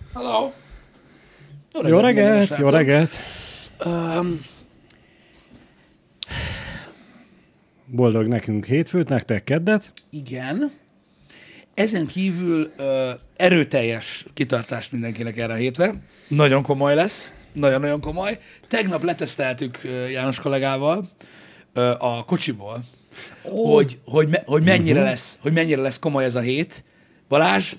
Hello. Jó reggelt, jó reggelt. Boldog nekünk hétfőt, nektek keddet. Igen. Ezen kívül erőteljes kitartást mindenkinek erre a hétre. Nagyon komoly lesz. Nagyon-nagyon komoly. Tegnap leteszteltük János kollégával a kocsiból, hogy mennyire lesz komoly ez a hét. Balázs,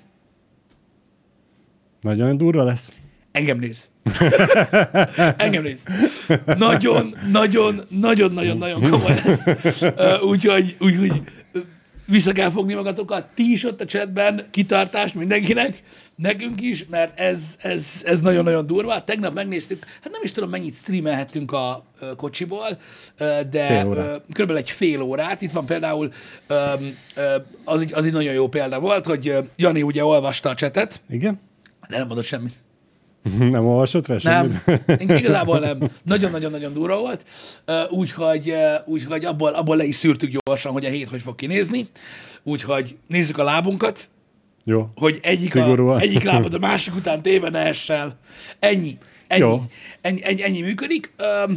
nagyon durva lesz. engem néz. Engem néz. Nagyon komoly lesz. Úgyhogy vissza kell fogni magatokat. Ti is ott a chatben, kitartást mindenkinek, nekünk is, mert ez nagyon-nagyon durva. Tegnap megnéztük, hát nem is tudom, mennyit streamelhettünk a kocsiból, de körülbelül egy fél órát. Itt van például, az egy nagyon jó példa volt, hogy Jani ugye olvasta a chatet, Igen? de nem mondott semmit. Nem olvasott fel semmit? Nem, igazából nem. Nagyon-nagyon-nagyon durva volt, úgyhogy abból le is szűrtük gyorsan, hogy a hét hogy fog kinézni. Úgyhogy nézzük a lábunkat, Jó. hogy egyik lábad a másik után téve ne essel. Ennyi működik.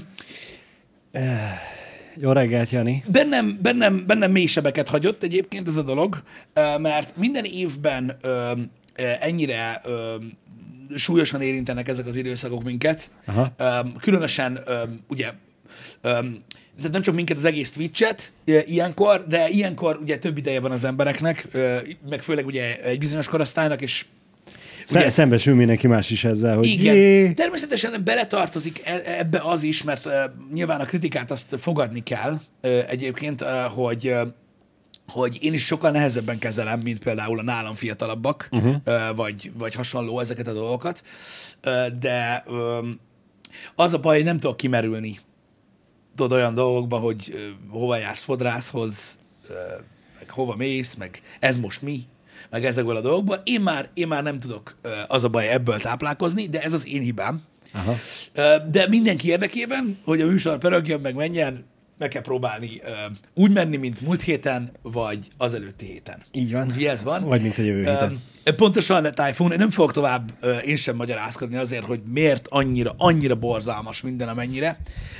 Jó reggelt, Jani. Bennem mély sebeket hagyott egyébként ez a dolog, mert minden évben ennyire súlyosan érintenek ezek az időszakok minket. Különösen, ugye, nem csak minket, az egész Twitch-et ilyenkor, de ilyenkor ugye több ideje van az embereknek, meg főleg ugye egy bizonyos korosztálynak, és ugye, szembesül mindenki más is ezzel, hogy igen. Természetesen beletartozik ebbe az is, mert nyilván a kritikát azt fogadni kell egyébként, hogy én is sokkal nehezebben kezelem, mint például a nálam fiatalabbak, vagy hasonló ezeket a dolgokat, de az a baj, hogy nem tudok kimerülni olyan dolgokba, hogy hova jársz fodrászhoz, meg hova mész, meg ez most mi, meg ezekből a dolgokból. Én már nem tudok, az a baj, ebből táplálkozni, de ez az én hibám. Aha. De mindenki érdekében, hogy a műsor pörögjön, meg menjen, meg kell próbálni úgy menni, mint múlt héten, vagy az előtti héten. Így van. Ugye ez van. Vagy mint a jövő héten. Pontosan, Typhoon, nem fogok tovább én sem magyarázkodni azért, hogy miért annyira borzalmas minden, amennyire,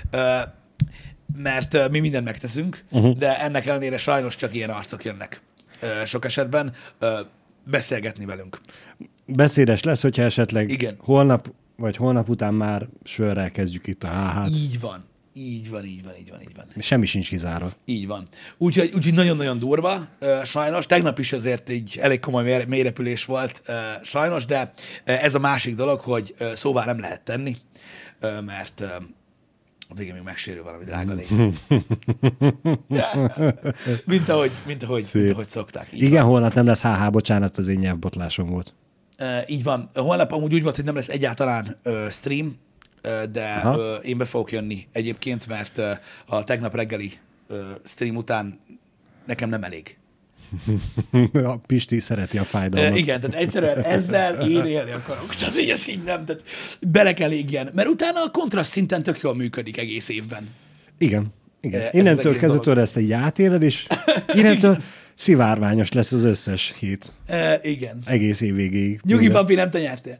mert mi mindent megteszünk, de ennek ellenére sajnos csak ilyen arcok jönnek sok esetben beszélgetni velünk. Beszédes lesz, hogyha esetleg igen. Holnap vagy holnap után már sörrel kezdjük itt a HH-t. Így van. Semmi sincs kizárva. Így van. Úgyhogy nagyon-nagyon durva, sajnos. Tegnap is azért így elég komoly mélyrepülés volt, sajnos, de ez a másik dolog, hogy szóvá nem lehet tenni, mert a végén még megsérül valami drága lény. mint ahogy szokták. Így igen, van. Holnap nem lesz HH, bocsánat, az én nyelvbotlásom volt. Így van. Holnap amúgy úgy volt, hogy nem lesz egyáltalán stream, de én be fogok jönni egyébként, mert a tegnap reggeli stream után nekem nem elég. A Pisti szereti a fájdalmat. Igen, tehát egyszerűen ezzel én élni akarok. Tehát ez így nem, tehát bele kell égjen. Mert utána a kontraszt szinten tök jól működik egész évben. Igen. Innentől kezdetől ezt egy átéled, és innentől szivárványos lesz az összes hét. Igen. Egész év végéig. Nyugi papi, nem te nyertél.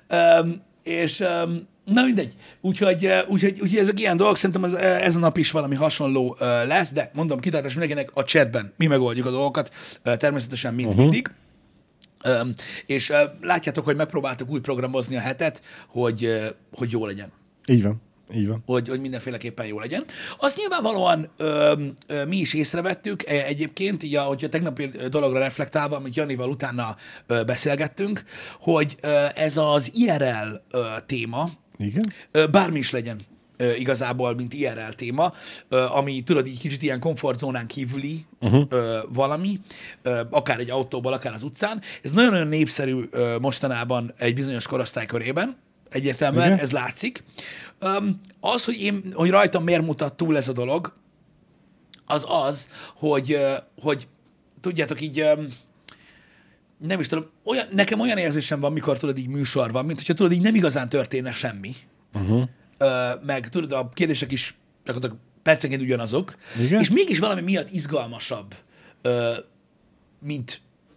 Na mindegy. Úgyhogy ezek ilyen dolgok, szerintem ez a nap is valami hasonló lesz, de mondom, kitartás mindenkinek a chatben. Mi megoldjuk a dolgokat, természetesen mindig. És látjátok, hogy megpróbáltuk úgy programozni a hetet, hogy jó legyen. Így van. Hogy mindenféleképpen jó legyen. Azt nyilvánvalóan mi is észrevettük egyébként, így hogyha tegnapi dologra reflektálva, amit Janival utána beszélgettünk, hogy ez az IRL téma, igen? Bármi is legyen igazából, mint IRL téma, ami tudod, így kicsit ilyen komfortzónán kívüli valami, akár egy autóból, akár az utcán. Ez nagyon-nagyon népszerű mostanában egy bizonyos korosztály körében, egyértelműen, igen? Ez látszik. Az, hogy rajtam miért mutat túl ez a dolog, az, hogy tudjátok így, nem is tudom, nekem olyan érzésem van, mikor tudod így műsor van, mint hogyha tudod így nem igazán történne semmi. Meg tudod, a kérdések is percenként ugyanazok, igen? És mégis valami miatt izgalmasabb, mint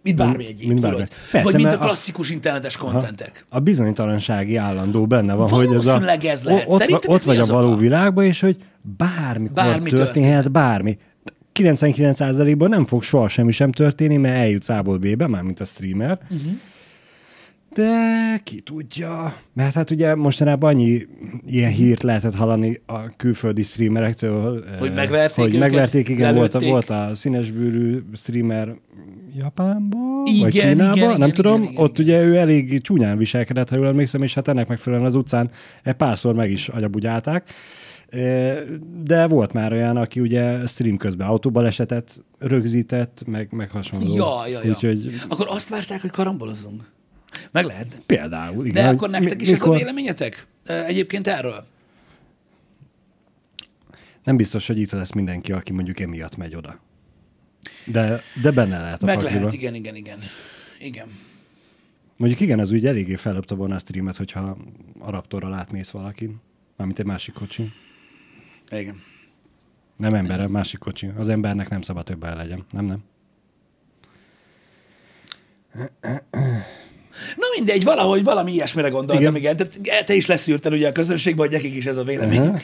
mint bármi egyéb, tudod. Vagy mint a klasszikus internetes kontentek. A bizonytalansági állandó benne van, hogy ez ez lehet. Ott vagy a való világban, és hogy bármikor történhet bármi. 99%-ban nem fog soha semmi sem történni, mert eljutsz A-ból B-be, mármint a streamer. De ki tudja. Mert hát ugye mostanában annyi ilyen hírt lehetett hallani a külföldi streamerektől, hogy megverték igen, volt a színesbőrű streamer Japánban, vagy Kínában, nem tudom, ott ugye ő elég csúnyán viselkedett, ha jól emlékszem, és hát ennek megfelelően az utcán párszor meg is agyabugyálták. De volt már olyan, aki ugye stream közben autóbalesetet rögzített, meg hasonló. Ja. Úgyhogy... Akkor azt várták, hogy karambolozzunk? Meg lehet. Például, igen. De akkor nektek is ez a véleményetek? Egyébként erről? Nem biztos, hogy itt lesz mindenki, aki mondjuk emiatt megy oda. De benne lehet a meg pakliba. Lehet, igen. Mondjuk igen, az úgy eléggé fellöpte volna a streamet, hogyha a Raptorral átmész valakin. Mármint egy másik kocsin. Igen. Nem emberre, másik kocsi. Az embernek nem szabad több el legyen. Nem. Na mindegy, valahogy valami ilyesmire gondoltam, igen. Tehát te is leszűrted ugye a közönségben, hogy nekik is ez a véleményük.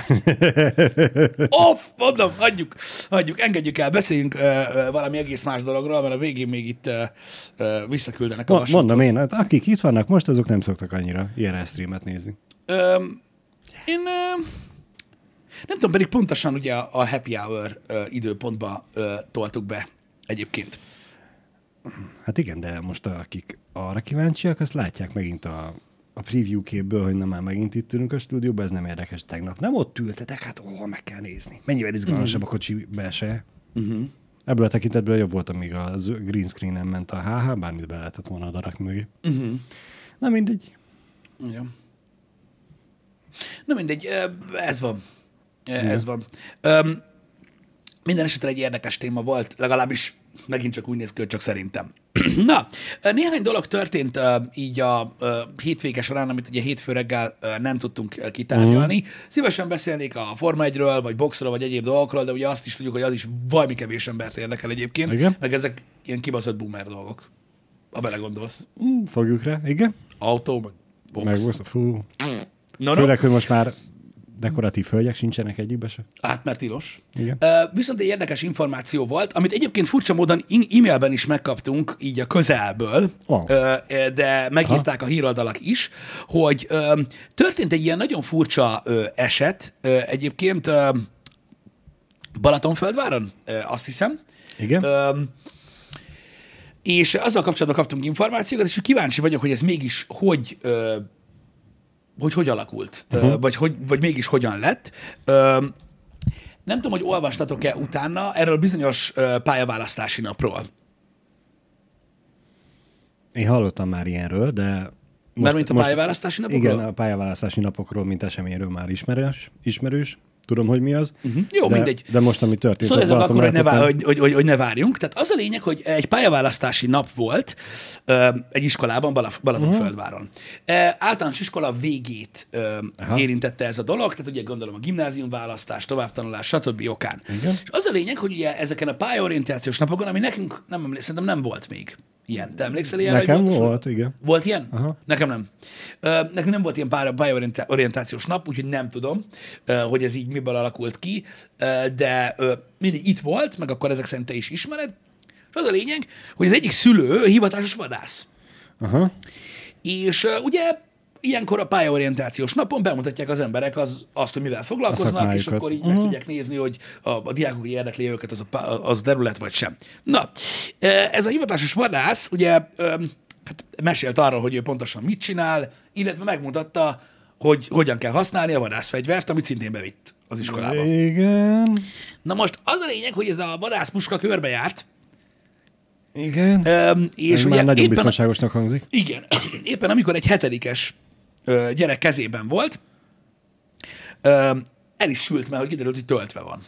Mondom, hagyjuk, engedjük el, beszéljünk valami egész más dologról, mert a végén még itt visszaküldenek a vasúthoz. Mondom én, hát akik itt vannak most, azok nem szoktak annyira IRL streamet nézni. Én nem tudom, pedig pontosan ugye a happy hour időpontba toltuk be egyébként. Hát igen, de most akik arra kíváncsiak, azt látják megint a preview képből, hogy na már megint itt ülünk a stúdióban, ez nem érdekes. Tegnap nem ott ültetek, hát meg kell nézni. Mennyivel izgalmasabb a kocsi belseje. Ebből a tekintetből jobb volt, amíg a green screenen ment a HH, bármit be lehetett volna odarakni mögé. Na mindegy. Igen. Na mindegy, ez van. Ez van. Minden esetre egy érdekes téma volt, legalábbis megint csak úgy néz ki, hogy csak szerintem. Na, néhány dolog történt így a hétvége során, amit ugye hétfő reggel nem tudtunk kitárgyalni. Szívesen beszélnék a Forma 1-ről, vagy boxról, vagy egyéb dolgokról, de ugye azt is tudjuk, hogy az is valami kevés embert érdekel egyébként. Igen? Meg ezek ilyen kibaszott boomer dolgok, ha belegondolsz. Fogjuk rá, igen. Autó, meg box. Meg box, fú. Főleg, hogy most már dekoratív hölgyek sincsenek egyikbe se. Hát, mert tilos. Igen. Viszont egy érdekes információ volt, amit egyébként furcsa módon e-mailben is megkaptunk, így a közelből, de megírták a híroldalak is, hogy történt egy ilyen nagyon furcsa eset, egyébként Balatonföldváron, azt hiszem. Igen. És azzal kapcsolatban kaptunk információkat, és kíváncsi vagyok, hogy ez mégis hogy alakult, vagy mégis hogyan lett. Nem tudom, hogy olvastatok-e utána erről bizonyos pályaválasztási napról. Én hallottam már ilyenről, de... Mert mint a pályaválasztási napokról? Igen, a pályaválasztási napokról, mint eseményről már ismerős. Tudom, hogy mi az. Jó, mindegy. De most, ami történt... Szóval akkor, hogy ne várjunk. Tehát az a lényeg, hogy egy pályaválasztási nap volt egy iskolában, Balatonföldváron. Általános iskola végét érintette ez a dolog, tehát ugye gondolom a gimnáziumválasztás, továbbtanulás, stb. Okán. Igen. És az a lényeg, hogy ugye ezeken a pályaorientációs napokon, ami nekünk szerintem nem volt még ilyen. Te emlékszel ilyen? Nekem volt, igen. Volt ilyen? Aha. Nekem nem. Nekünk nem volt ilyen pályaorientációs nap, úgyhogy nem tudom, hogy ez így miből alakult ki, de mindig itt volt, meg akkor ezek szerint te is ismered. És az a lényeg, hogy az egyik szülő hivatásos vadász. Aha. És ugye ilyenkor a pályaorientációs napon bemutatják az emberek azt, hogy mivel foglalkoznak, és akkor így meg tudják nézni, hogy a diákok érdekli őket az terület, vagy sem. Na, ez a hivatásos vadász ugye hát mesélt arról, hogy ő pontosan mit csinál, illetve megmutatta, hogy hogyan kell használni a vadászfegyvert, amit szintén bevitt az iskolába. Igen. Na most az a lényeg, hogy ez a vadászpuska körbejárt. Igen. És ez ugye már nagyon biztonságosnak hangzik. Igen. Éppen amikor egy 7-es gyerek kezében volt, el is sült, mert hogy kiderült, hogy töltve van.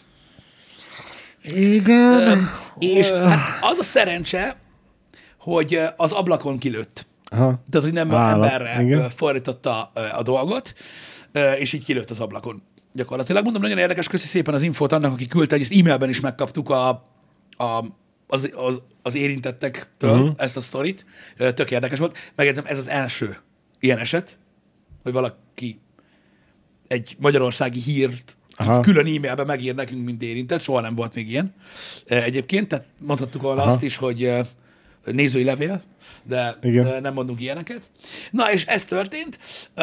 Igen. És hát az a szerencse, hogy az ablakon kilőtt. Aha. Tehát, hogy nem emberre fordította a dolgot, és így kilőtt az ablakon. Gyakorlatilag mondom, nagyon érdekes, köszi szépen az infót annak, aki küldte, hogy ezt e-mailben is megkaptuk a az érintettektől ezt a sztorit. Tök érdekes volt. Megjegyzem, ez az első ilyen eset, hogy valaki egy magyarországi hírt így külön e-mailben megír nekünk, mint érintett. Soha nem volt még ilyen. Egyébként, tehát mondhattuk volna azt is, hogy nézői levél, de nem mondunk ilyeneket. Na, és ez történt.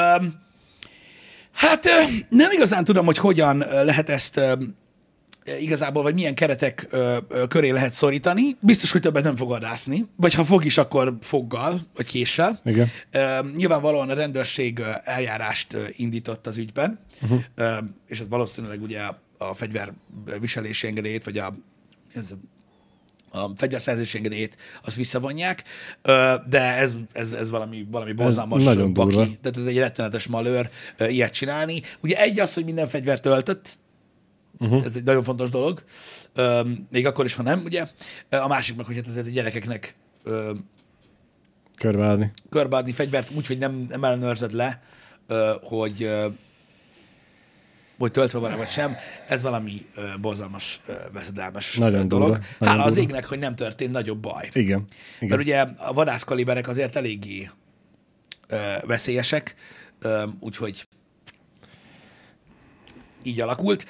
Hát nem igazán tudom, hogy hogyan lehet ezt igazából, vagy milyen keretek köré lehet szorítani. Biztos, hogy többet nem fog vadászni, vagy ha fog is, akkor foggal, vagy késsel. Igen. Nyilvánvalóan a rendőrség eljárást indított az ügyben, és hát valószínűleg ugye a fegyverviselési engedélyét, vagy a fegyverszerzési engedélyét azt visszavonják, de ez valami borzalmas baki. Tehát ez egy rettenetes malőr ilyet csinálni. Ugye egy az, hogy minden fegyvert töltött, ez egy nagyon fontos dolog, még akkor is, ha nem, ugye. A másik meg, hogy hát ezért a gyerekeknek körbeadni fegyvert úgy, hogy nem ellenőrzed le, hogy töltve van, vagy sem, ez valami borzalmas, veszedelmes nagyon dolog. Durva, hála az égnek, hogy nem történt nagyobb baj. Igen. Mert ugye a vadászkaliberek azért eléggé veszélyesek, úgyhogy így alakult.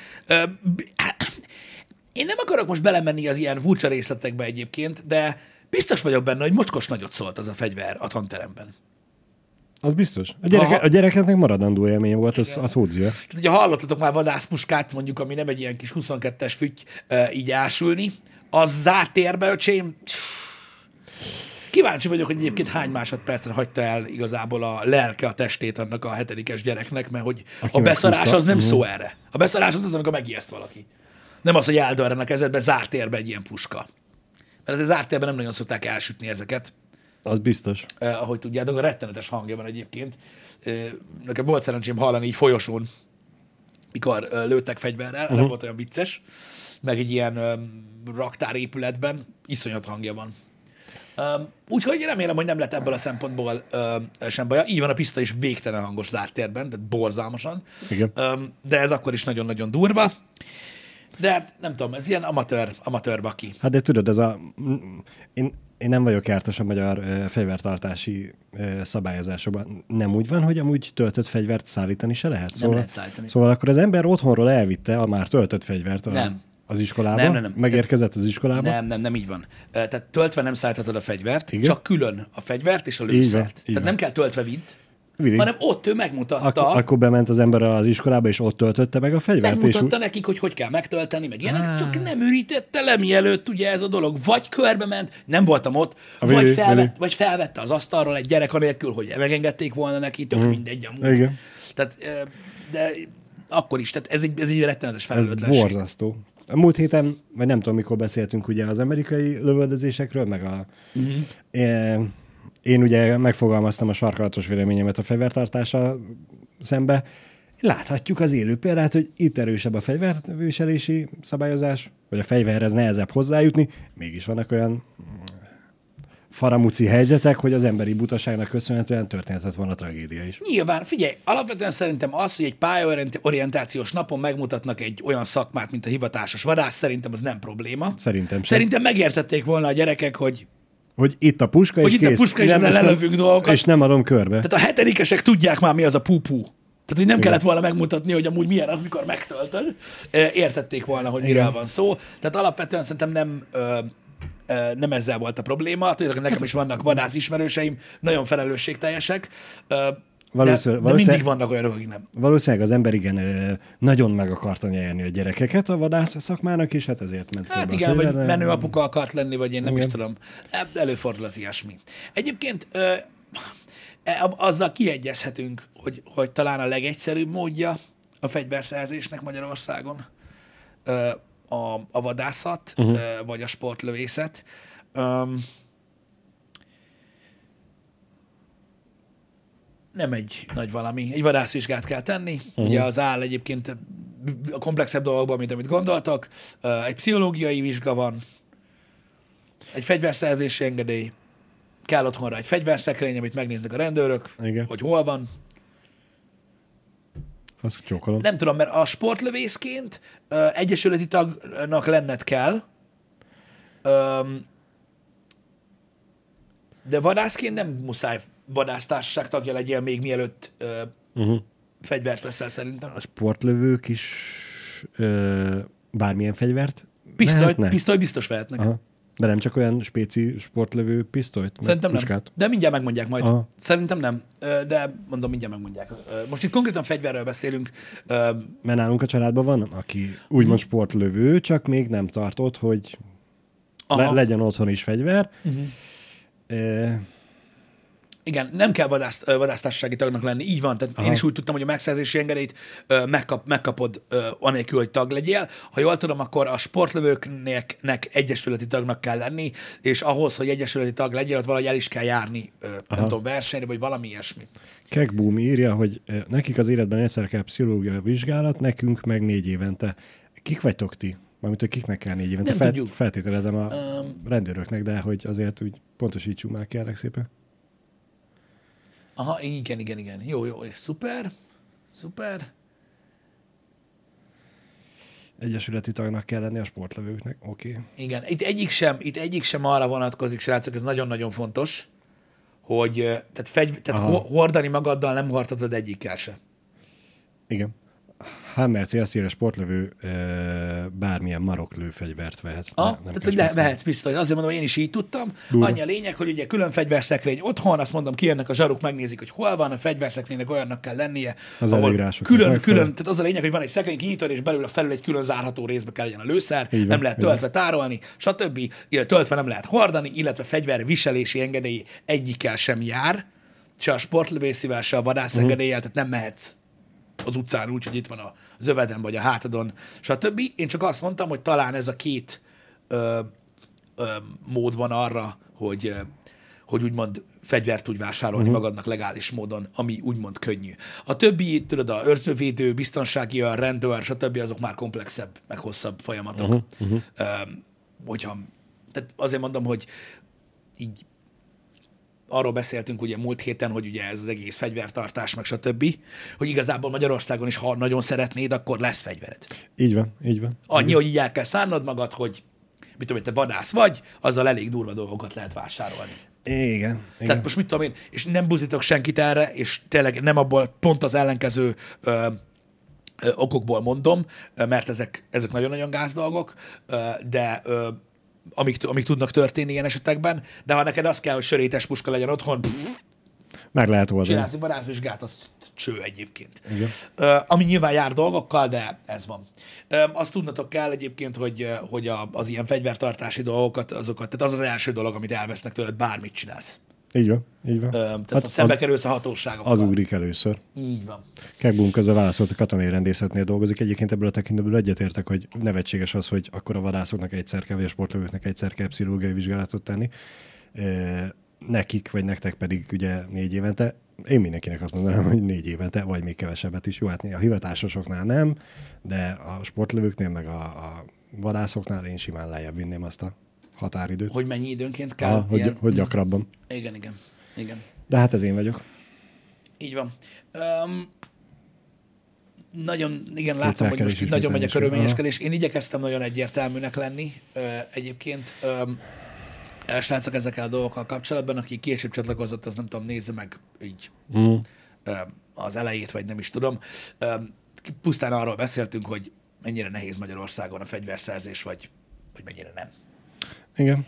Én nem akarok most belemenni az ilyen furcsa részletekbe egyébként, de biztos vagyok benne, hogy mocskos nagyot szólt az a fegyver a tanteremben. Az biztos. A gyerekeknek maradandó élmény volt, az hódzia. Tehát, hogyha hallottatok már vadászpuskát, mondjuk, ami nem egy ilyen kis 22-es fütty, így ásülni, az zárt térbe, öcsém. Kíváncsi vagyok, hogy egyébként hány másodpercre hagyta el igazából a lelke a testét annak a 7-es gyereknek, mert hogy a beszarás az nem szó erre. A beszarás az, amikor megijeszt valaki. Nem az, hogy eldörren a kezedbe zárt térbe egy ilyen puska. Mert azért zárt térben nem nagyon szokták elsütni ezeket. Az biztos. Ahogy tudjátok, a rettenetes hangja van egyébként. Nekem volt szerencsém hallani így folyosón, mikor lőttek fegyverrel, nem volt olyan vicces, meg egy ilyen raktárépületben iszonyat hangja van. Úgyhogy remélem, hogy nem lett ebből a szempontból sem baja. Így van, a piszta is végtelen hangos zárt térben, tehát borzalmasan. Igen. De ez akkor is nagyon-nagyon durva. De hát nem tudom, ez ilyen amatőr baki. Hát de tudod, én nem vagyok jártas a magyar fegyvertartási szabályozásokban. Nem úgy van, hogy amúgy töltött fegyvert szállítani se lehet? Nem lehet szállítani. Szóval akkor az ember otthonról elvitte a már töltött fegyvert az iskolába? Nem. Megérkezett az iskolába? Nem így van. Tehát töltve nem szállíthatod a fegyvert, igen? Csak külön a fegyvert és a lőszert. Tehát nem kell töltve vidd, hanem ott ő megmutatta. Akkor bement az ember az iskolába, és ott töltötte meg a fegyvert. Megmutatta nekik, hogy kell megtölteni, meg ilyenek, csak nem ürítette le, mielőtt ugye ez a dolog. Vagy körbe ment, nem voltam ott, vagy felvette az asztalról egy gyerek anélkül, hogy megengedték volna neki, tök mindegy amúgy. Igen. Tehát, de akkor is, tehát ez egy rettenetes felelőtlenség. Ez borzasztó. A múlt héten, vagy nem tudom, mikor beszéltünk ugye az amerikai lövöldözésekről, meg én ugye megfogalmaztam a sarkalatos véleményemet a fegyvertartással szembe. Láthatjuk az élő példát, hogy itt erősebb a fegyverviselési szabályozás, vagy a fegyverhez nehezebb hozzájutni, mégis vannak olyan faramúci helyzetek, hogy az emberi butaságnak köszönhetően történhetett volna tragédia is. Nyilván, figyelj, alapvetően szerintem az, hogy egy pályaorientációs napon megmutatnak egy olyan szakmát, mint a hivatásos vadász, szerintem az nem probléma. Szerintem megértették volna a gyerekek, hogy itt a puska, és kész. Itt a puska, és ezzel lelövünk dolgokat. És nem adom körbe. Tehát a 7-esek tudják már, mi az a pú-pú. Tehát, hogy nem kellett volna megmutatni, hogy amúgy milyen az, mikor megtöltöd. Értették volna, hogy miről van szó. Tehát alapvetően szerintem nem ezzel volt a probléma. Tudjátok, nekem is vannak vadász ismerőseim, nagyon felelősségteljesek, de mindig vannak olyanok, akik nem. Valószínűleg az ember nagyon meg akarta nyerni a gyerekeket a vadász szakmának, és hát ezért ment. Hát igen, vagy menő apuka akart lenni, vagy én nem is tudom. Előfordul az ilyesmi. Egyébként azzal kiegyezhetünk, hogy talán a legegyszerűbb módja a fegyverszerzésnek Magyarországon a vadászat, vagy a sportlövészet. Nem egy nagy valami. Egy vadászvizsgát kell tenni. Ugye az áll egyébként a komplexebb dolgokban, mint amit gondoltak. Egy pszichológiai vizsga van, egy fegyverszerzési engedély, kell otthonra egy fegyverszekrény, amit megnéznek a rendőrök, igen, hogy hol van. Azt csókolom. Nem tudom, mert a sportlövészként egyesületi tagnak lenned kell, De vadászként nem muszáj vadásztársaság tagja legyél még mielőtt fegyvert veszel szerintem. A sportlövők is bármilyen fegyvert vehetnek? Pisztoly biztos vehetnek. Aha. De nem csak olyan spéci sportlövő pisztolyt? Szerintem nem. Puskát? De mindjárt megmondják majd. Aha. Szerintem nem. De mondom, mindjárt megmondják. Most itt konkrétan fegyverről beszélünk. Mert nálunk a családban van, aki úgymond sportlövő, csak még nem tartott, hogy legyen otthon is fegyver. Igen, nem kell vadásztársasági tagnak lenni, így van. Tehát én is úgy tudtam, hogy a megszerzési engedélyt megkapod anélkül, hogy tag legyél. Ha jól tudom, akkor a sportlövőknek egyesületi tagnak kell lenni, és ahhoz, hogy egyesületi tag legyél, ott valahogy el is kell járni, nem tudom, versenyre, vagy valami ilyesmi. Kekboom írja, hogy nekik az életben egyszer kell pszichológiai vizsgálat, nekünk meg 4 évente. Kik vagytok ti? Mármint, hogy kiknek kell 4 évente? Nem tudjuk. Feltételezem a rendőröknek, de hogy azért úgy pontosítsuk már, kérlek szépen. Aha, igen. Jó, szuper. Egyesületi tagnak kell lenni a sportlövőknek, oké. Okay. Igen, itt egyik sem arra vonatkozik, srácok, ez nagyon-nagyon fontos, hogy tehát hordani magaddal nem hordhatod egyikkel se. Igen. Hammer célszére sportlövő bármilyen maroklőfegyvert vehet. Tehát, hogy vehetsz biztos. Azért mondom, hogy én is így tudtam. Durva. Annyi a lényeg, hogy ugye külön fegyverszekrény otthon, azt mondom, kijönnek a zsaruk, megnézik, hogy hol van, a fegyverszekrénynek olyannak kell lennie. Az előírások. Külön, tehát az a lényeg, hogy van egy szekrény, kinyitod, és felül egy külön zárható részbe kell legyen a lőszer, van, nem lehet töltve tárolni, stb. Töltve nem lehet hordani, illetve fegyver viselési engedély egyikkel sem jár, se a sportlövészivel, se a vadászengedéllyel, tehát nem mehetsz az utcán úgy, hogy itt van az öveden, vagy a hátadon, stb. Én csak azt mondtam, hogy talán ez a két mód van arra, hogy úgymond fegyvert tudj vásárolni magadnak legális módon, ami úgymond könnyű. A többi, tudod, a őrzővédő, biztonsági, a rendőr, stb. Azok már komplexebb, meg hosszabb folyamatok. Tehát azért mondom, hogy így arról beszéltünk ugye múlt héten, hogy ugye ez az egész fegyvertartás, meg stb., hogy igazából Magyarországon is, ha nagyon szeretnéd, akkor lesz fegyvered. Így van. Annyi, hogy így el kell szánnod magad, hogy mit tudom, te vadász vagy, azzal elég durva dolgokat lehet vásárolni. Igen. Tehát most mit tudom én, és nem buzítok senkit erre, és tényleg nem abból pont az ellenkező okokból mondom, mert ezek nagyon-nagyon gáz dolgok, de amik tudnak történni ilyen esetekben, de ha neked az kell, hogy sörétes puska legyen otthon, meg lehet oldani. Csinálsz egy vadászvizsgát, az cső egyébként. Ami nyilván jár dolgokkal, de ez van. Azt tudnatok kell egyébként, hogy az ilyen fegyvertartási dolgokat, tehát az az első dolog, amit elvesznek tőled, bármit csinálsz. Így van. Tehát hát szembe kerülsz a hatóságokkal. Az ugrik először. Így van. Kekboom közben válaszolt, a katonai rendészetnél dolgozik. Egyébként ebből a tekintetből egyetértek, hogy nevetséges az, hogy akkor a vadászoknak egyszer kell, vagy a sportlövőknek egyszer kell pszichológiai vizsgálatot tenni. Nekik, vagy nektek pedig ugye 4 évente. Én mindenkinek azt mondanám, hogy 4 évente, vagy még kevesebbet is. Jó, hát a hivatásosoknál nem, de a sportlövőknél, meg a vadászoknál én simán lejjebb vinném azt a határidőt. Hogy mennyi időnként kell? Hogy gyakrabban. Igen. De hát ez én vagyok. Így van. Nagyon, igen, látom, hogy most itt nagyon megy a körülményeskedés. Én igyekeztem nagyon egyértelműnek lenni egyébként. Srácok, ezekkel a dolgokkal kapcsolatban, aki később csatlakozott, az nem tudom, nézze meg így az elejét, vagy nem is tudom. Pusztán arról beszéltünk, hogy mennyire nehéz Magyarországon a fegyverszerzés, vagy mennyire nem. Igen.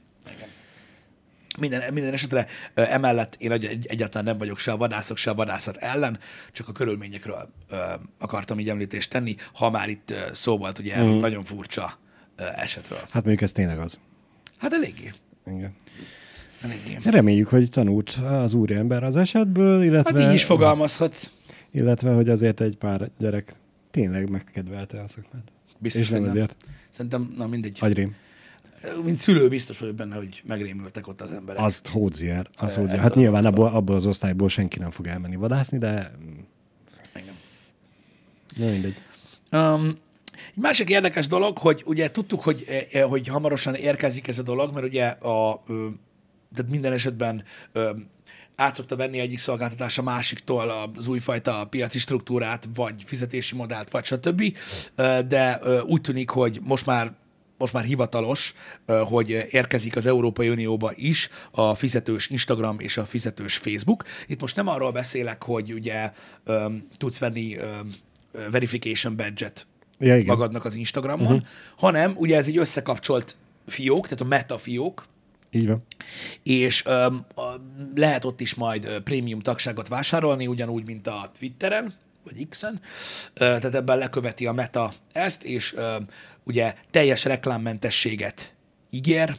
Minden esetre emellett én egyáltalán nem vagyok se a vadászok, se a vadászat ellen, csak a körülményekről akartam így említést tenni, ha már itt szó volt ugye nagyon furcsa esetről. Hát mondjuk ez tényleg az. Hát eléggé. Igen. Eléggé. Reméljük, hogy tanult az úriember az esetből, illetve... Hát így is fogalmazhatsz. Illetve, hogy azért egy pár gyerek tényleg megkedvelte a szakmát. Biztos, és nem ezért. Szerintem, na mindegy. Agyrém. Mint szülő biztos vagyok benne, hogy megrémültek ott az emberek. Azt hódzier. Hát nyilván abból az osztályból senki nem fog elmenni vadászni, de... Igen. Na mindegy. Egy másik érdekes dolog, hogy ugye tudtuk, hogy hamarosan érkezik ez a dolog, mert ugye tehát minden esetben át szokta venni egyik szolgáltatás a másiktól az újfajta piaci struktúrát, vagy fizetési modellt, vagy stb. De úgy tűnik, hogy most már most már hivatalos, hogy érkezik az Európai Unióba is a fizetős Instagram és a fizetős Facebook. Itt most nem arról beszélek, hogy ugye tudsz venni verification badge-et magadnak az Instagramon, hanem ugye ez egy összekapcsolt fiók, tehát a meta fiók, így van. És lehet ott is majd prémium tagságot vásárolni, ugyanúgy, mint a Twitteren, vagy X-en, tehát ebben leköveti a Meta ezt, és ugye teljes reklámmentességet ígér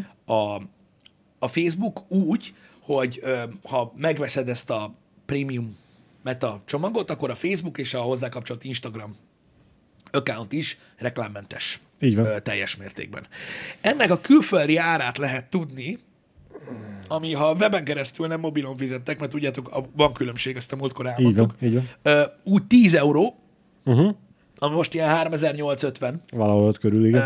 a Facebook úgy, hogy ha megveszed ezt a prémium Meta csomagot, akkor a Facebook és a hozzá kapcsolt Instagram account is reklámmentes. Így van. Teljes mértékben. Ennek a külföldi árát lehet tudni, ami ha weben keresztül nem mobilon fizettek, mert tudjátok, van különbség, ezt a múltkor elmondtuk. Így van. Úgy 10 euró, ami most ilyen 3850. Valahol ott körül, igen.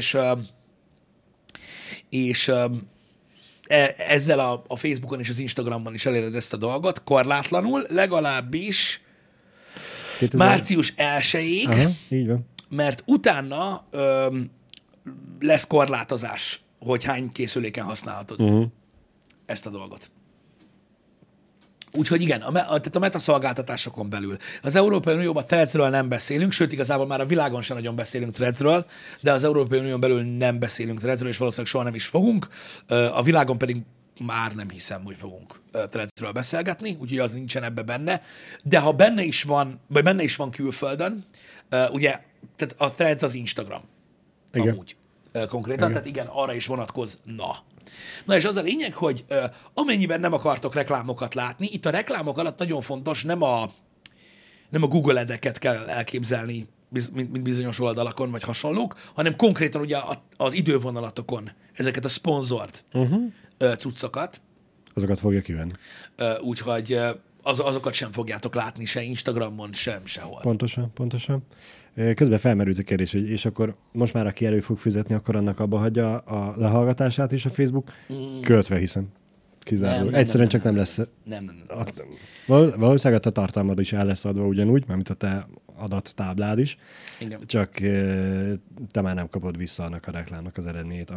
És ezzel a Facebookon és az Instagramon is eléred ezt a dolgot, korlátlanul, legalábbis 2000... március 1-ig. Aha, így van. Mert utána lesz korlátozás, hogy hány készüléken használhatod ezt a dolgot. Úgyhogy igen, tehát a meta szolgáltatásokon belül. Az Európai Unióban Threadsről nem beszélünk, sőt igazából már a világon sem nagyon beszélünk Threadsről, de az Európai Unión belül nem beszélünk Threadsről, és valószínűleg soha nem is fogunk. A világon pedig már nem hiszem, hogy fogunk Threadsről beszélgetni, úgyhogy az nincsen ebbe benne. De ha benne is van, vagy benne is van külföldön, ugye, tehát a Threads az Instagram. Igen. Amúgy konkrétan, igen. Tehát igen, arra is vonatkozna. Na és az a lényeg, hogy amennyiben nem akartok reklámokat látni, itt a reklámok alatt nagyon fontos, nem a Google Ad-eket kell elképzelni, mint bizonyos oldalakon, vagy hasonlók, hanem konkrétan ugye az idővonalatokon ezeket a szponzort cuccokat. Azokat fogja kivenni. Úgyhogy azokat sem fogjátok látni se Instagramon, sem sehol. Pontosan. Közben felmerült a kérdés, hogy és akkor most már aki elő fog fizetni, akkor annak abba hagyja a lehallgatását is a Facebook? Költve hiszem. Kizárólag. Egyszerűen csak nem lesz. Nem. Valószínűleg a tartalmad is el lesz adva ugyanúgy, mármint a te adattáblád is. Igen. Csak te már nem kapod vissza annak a reklámnak az eredményét,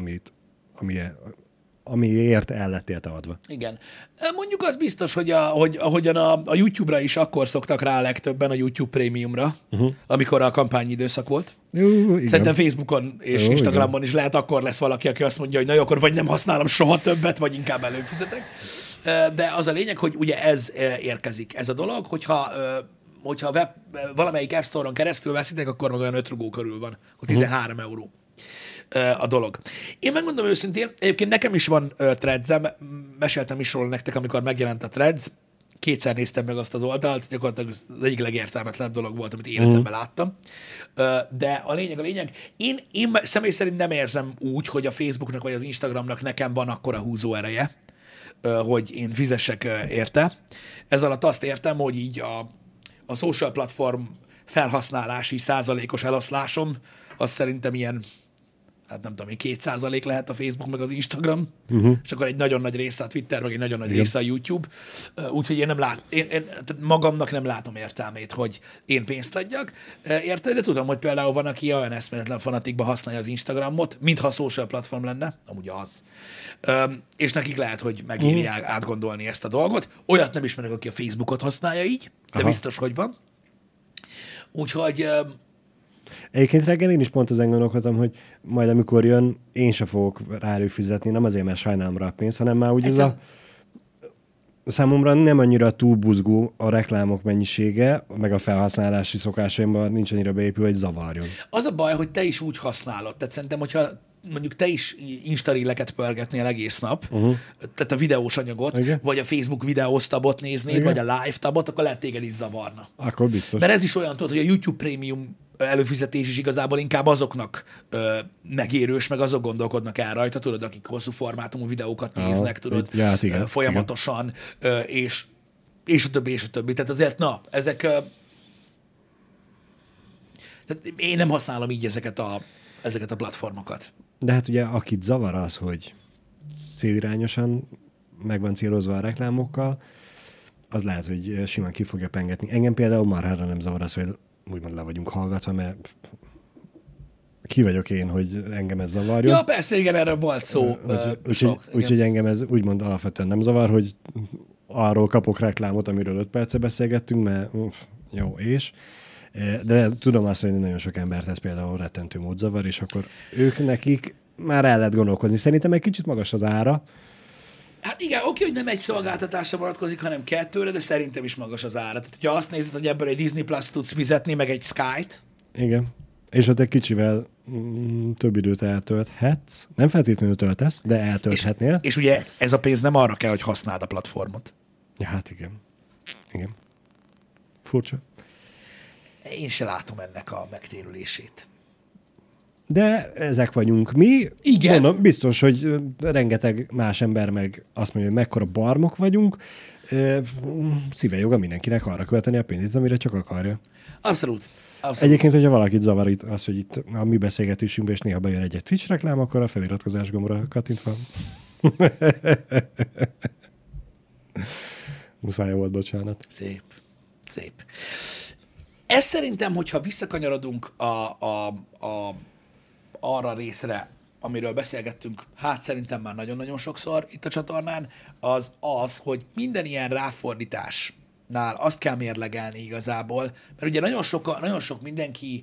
amiért el lettél te adva. Igen. Mondjuk az biztos, hogy ahogyan a YouTube-ra is akkor szoktak rá a legtöbben, a YouTube Premiumra, amikor a kampányidőszak volt. Szerintem Facebookon és Instagramon is lehet, akkor lesz valaki, aki azt mondja, hogy na jó, akkor vagy nem használom soha többet, vagy inkább előfizetek. De az a lényeg, hogy ugye ez érkezik, ez a dolog, hogyha valamelyik App Store-on keresztül veszitek, akkor meg olyan 5 rugó körül van, akkor 13 euró a dolog. Én megmondom őszintén, egyébként nekem is van Threads-em, meséltem is róla nektek, amikor megjelent a Threads, 2-szer néztem meg azt az oldalt, gyakorlatilag az egyik legértelmetlenebb dolog volt, amit életemben láttam. De a lényeg, én személy szerint nem érzem úgy, hogy a Facebooknak vagy az Instagramnak nekem van akkora húzóereje, hogy én fizessek érte. Ez alatt azt értem, hogy így a social platform felhasználási százalékos eloszlásom, az szerintem ilyen, hát nem tudom, 2% lehet a Facebook meg az Instagram, és akkor egy nagyon nagy része a Twitter, meg egy nagyon nagy része a YouTube. Úgyhogy én tehát magamnak nem látom értelmét, hogy én pénzt adjak. Érted? De tudom, hogy például van, aki olyan eszméletlen fanatikba használja az Instagramot, mintha a social platform lenne, amúgy az. És nekik lehet, hogy megéri átgondolni ezt a dolgot. Olyat nem ismerek, aki a Facebookot használja így, de biztos, hogy van. Úgyhogy... Egyébként reggel én is pont ezen gondolkodtam, hogy majd amikor jön, én se fogok rá előfizetni, nem azért, mert sajnálom rá a pénzt, hanem már úgy ez a számomra nem annyira túl buzgó a reklámok mennyisége, meg a felhasználási szokásaimban nincs annyira beépül, hogy zavarjon. Az a baj, hogy te is úgy használod. Tehát szerintem, hogyha mondjuk te is Insta-rilleket pörgetnél egész nap, tehát a videós anyagot, vagy a Facebook videós tabot néznéd, vagy a live tabot, akkor lehet téged is zavarna. Akkor biztos. Mert ez is olyan, tudod, hogy a YouTube Premium előfizetés is igazából inkább azoknak megérős, meg azok gondolkodnak el rajta, tudod, akik hosszú formátumú videókat néznek, tudod, igen, folyamatosan, és a többi. Tehát azért, ezek... Tehát én nem használom így ezeket a platformokat. De hát ugye akit zavar az, hogy célirányosan meg van célozva a reklámokkal, az lehet, hogy simán ki fogja pengetni. Engem például marhára nem zavar az, hogy úgymond le vagyunk hallgatva, mert ki vagyok én, hogy engem ez zavarjon. Ja, persze, igen, erről volt szó. Úgyhogy engem ez úgymond alapvetően nem zavar, hogy arról kapok reklámot, amiről 5 perce beszélgettünk, mert jó, és. De tudom azt, hogy nagyon sok embert ez például rettentő mód zavar, és akkor nekik már el lehet gondolkozni. Szerintem egy kicsit magas az ára. Hát igen, oké, hogy nem egy szolgáltatásra vonatkozik, hanem 2-re, de szerintem is magas az ára. Tehát, ha azt nézed, hogy ebből egy Disney Plus tudsz fizetni, meg egy Sky-t. Igen. És ott egy kicsivel több időt eltölthetsz. Nem feltétlenül töltesz, de eltölthetnél. És ugye ez a pénz nem arra kell, hogy használd a platformot. Ja, hát igen. Igen. Furcsa. Én se látom ennek a megtérülését. De ezek vagyunk mi. Igen. Mondom, biztos, hogy rengeteg más ember meg azt mondja, hogy mekkora barmok vagyunk. Szíve joga mindenkinek arra költeni a pénzét, amire csak akarja. Abszolút. Egyébként, hogyha valakit zavar itt az, hogy itt a mi beszélgetésünkben és néha bejön egy Twitch reklám, akkor a feliratkozás gombra kattintva. Muszáj volt, bocsánat. Szép. Szép. Ez szerintem, hogyha visszakanyarodunk arra részre, amiről beszélgettünk, hát szerintem már nagyon-nagyon sokszor itt a csatornán, az, hogy minden ilyen ráfordításnál azt kell mérlegelni igazából, mert ugye nagyon sok mindenki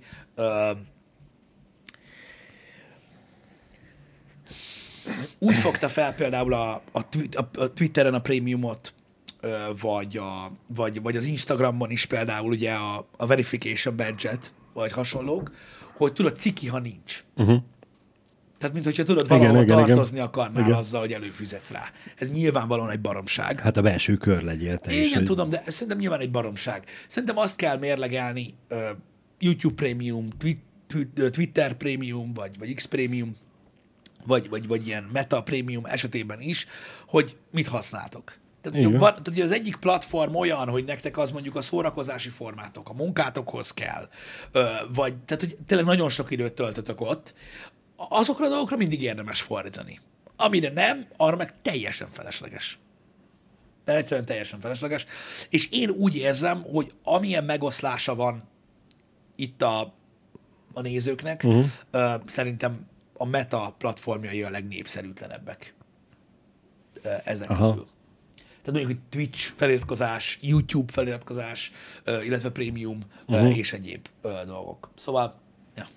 úgy fogta fel például a Twitteren a prémiumot, vagy az Instagramon is például ugye a verification badge-et, vagy hasonlók, hogy tudod, ciki, ha nincs. Uh-huh. Tehát, mint hogyha tudod, valahol tartozni akarnál azzal, hogy előfizetsz rá. Ez nyilvánvalóan egy baromság. Hát a belső kör legyél te is. Igen, tudom, de ez szerintem nyilván egy baromság. Szerintem azt kell mérlegelni YouTube Premium, Twitter Premium, vagy X Premium, vagy ilyen Meta Premium esetében is, hogy mit használtok. Tehát az egyik platform olyan, hogy nektek az mondjuk a szórakozási formátok, a munkátokhoz kell, tehát hogy tényleg nagyon sok időt töltötök ott, azokra a dolgokra mindig érdemes fordítani. Amire nem, arra meg teljesen felesleges. De egyszerűen teljesen felesleges. És én úgy érzem, hogy amilyen megoszlása van itt a nézőknek, szerintem a Meta platformjai a legnépszerűtlenebbek ezen közül. Tehát mondjuk, hogy Twitch feliratkozás, YouTube feliratkozás, illetve prémium és egyéb dolgok. Szóval, ja.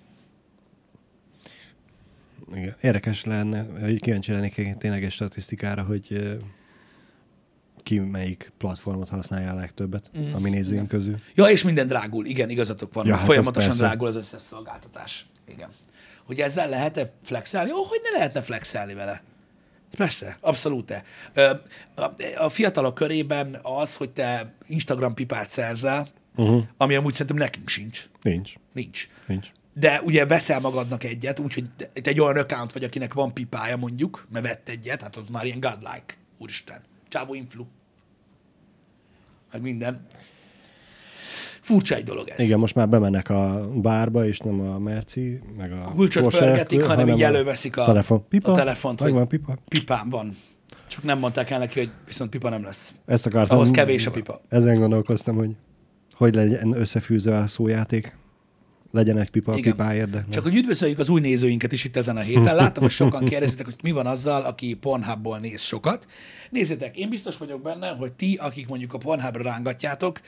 Igen. Érdekes lenne, hogy kíváncsi lennék tényleg egy statisztikára, hogy ki melyik platformot használja a legtöbbet a mi nézőink közül. Ja, és minden drágul. Igen, igazatok van. Hát folyamatosan drágul az összes szolgáltatás. Igen. Hogy ezzel lehet-e flexelni? Hogy ne lehetne flexelni vele? Persze, abszolút. A fiatalok körében az, hogy te Instagram pipát szerzel, ami amúgy szerintem nekünk sincs. Nincs. De ugye veszel magadnak egyet, úgyhogy te egy olyan account vagy, akinek van pipája mondjuk, mert vett egyet, hát az már ilyen godlike. Úristen. Csávó influ. Meg minden. Furcsa egy dolog ez. Igen, most már bemennek a bárba, és nem a Merci, meg a kulcsot pörgetik, hanem így előveszik a telefont, hogy van pipa? Pipám van. Csak nem mondták el neki, hogy viszont pipa nem lesz. Ezt akartam. Ahhoz kevés a pipa. Ezen gondolkoztam, hogy legyen összefűzve a szójáték. Legyen egy pipa a pipáért, de... Csak hogy üdvözöljük az új nézőinket is itt ezen a héten. Láttam, hogy sokan kérdezitek, hogy mi van azzal, aki Pornhubból néz sokat. Nézzétek, én biztos vagyok benne, hogy ti, akik mondjuk a Pornhubra rángatjátok,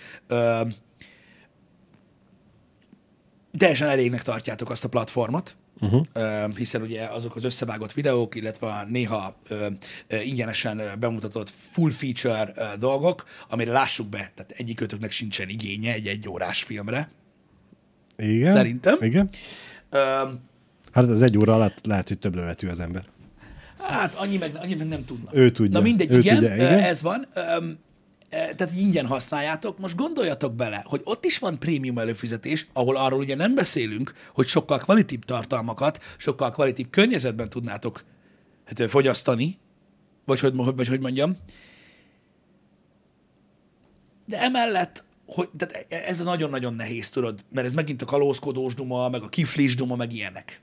teljesen elégnek tartjátok azt a platformot, hiszen ugye azok az összevágott videók, illetve néha ingyenesen bemutatott full feature dolgok, amire lássuk be, tehát egyikőtöknek sincsen igénye egy 1 órás filmre. Igen. Szerintem. Igen. Hát az 1 óra alatt lehet, hogy több lövetű az ember. Hát annyi meg nem tudna. Ő tudja. Na mindegy, igen, ez van. Tehát ingyen használjátok. Most gondoljatok bele, hogy ott is van prémium előfizetés, ahol arról ugye nem beszélünk, hogy sokkal kvalitív tartalmakat, sokkal kvalitív környezetben tudnátok fogyasztani, vagy hogy mondjam. De emellett, tehát ez nagyon-nagyon nehéz, tudod, mert ez megint a kalózkodós duma, meg a kiflis duma, meg ilyenek.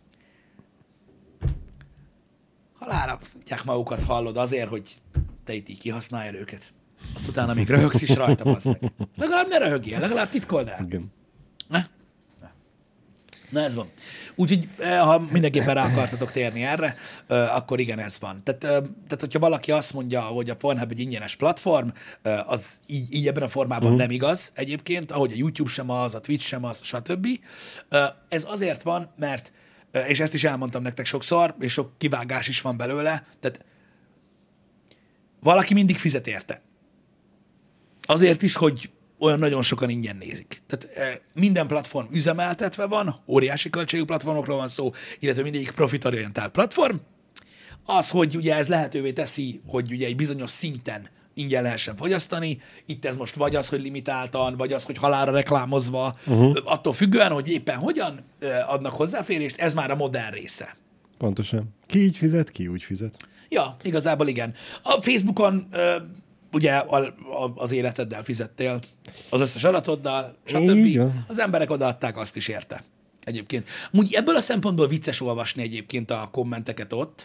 Halálra tudják magukat, hallod, azért, hogy te itt így kihasználjad őket. Azt utána még röhögsz is rajta, az meg. Legalább ne röhögjél, legalább titkold el. Igen. Ne? Na ez van. Úgyhogy ha mindenképpen rá akartatok térni erre, akkor igen, ez van. Tehát, hogyha valaki azt mondja, hogy a Pornhub egy ingyenes platform, az így ebben a formában nem igaz egyébként, ahogy a YouTube sem az, a Twitch sem az, stb. Ez azért van, mert, és ezt is elmondtam nektek sokszor, és sok kivágás is van belőle, tehát valaki mindig fizet érte. Azért is, hogy olyan nagyon sokan ingyen nézik. Tehát minden platform üzemeltetve van, óriási költségű platformokról van szó, illetve mindegyik profitorientált platform. Az, hogy ugye ez lehetővé teszi, hogy ugye egy bizonyos szinten ingyen lehessen fogyasztani, itt ez most vagy az, hogy limitáltan, vagy az, hogy halálra reklámozva, attól függően, hogy éppen hogyan adnak hozzáférést, ez már a modern része. Pontosan. Ki így fizet, ki úgy fizet. Ja, igazából igen. A Facebookon ugye az életeddel fizettél, az összes adatoddal, stb. Az emberek odaadták azt is érte. Egyébként. Úgy ebből a szempontból vicces olvasni egyébként a kommenteket ott,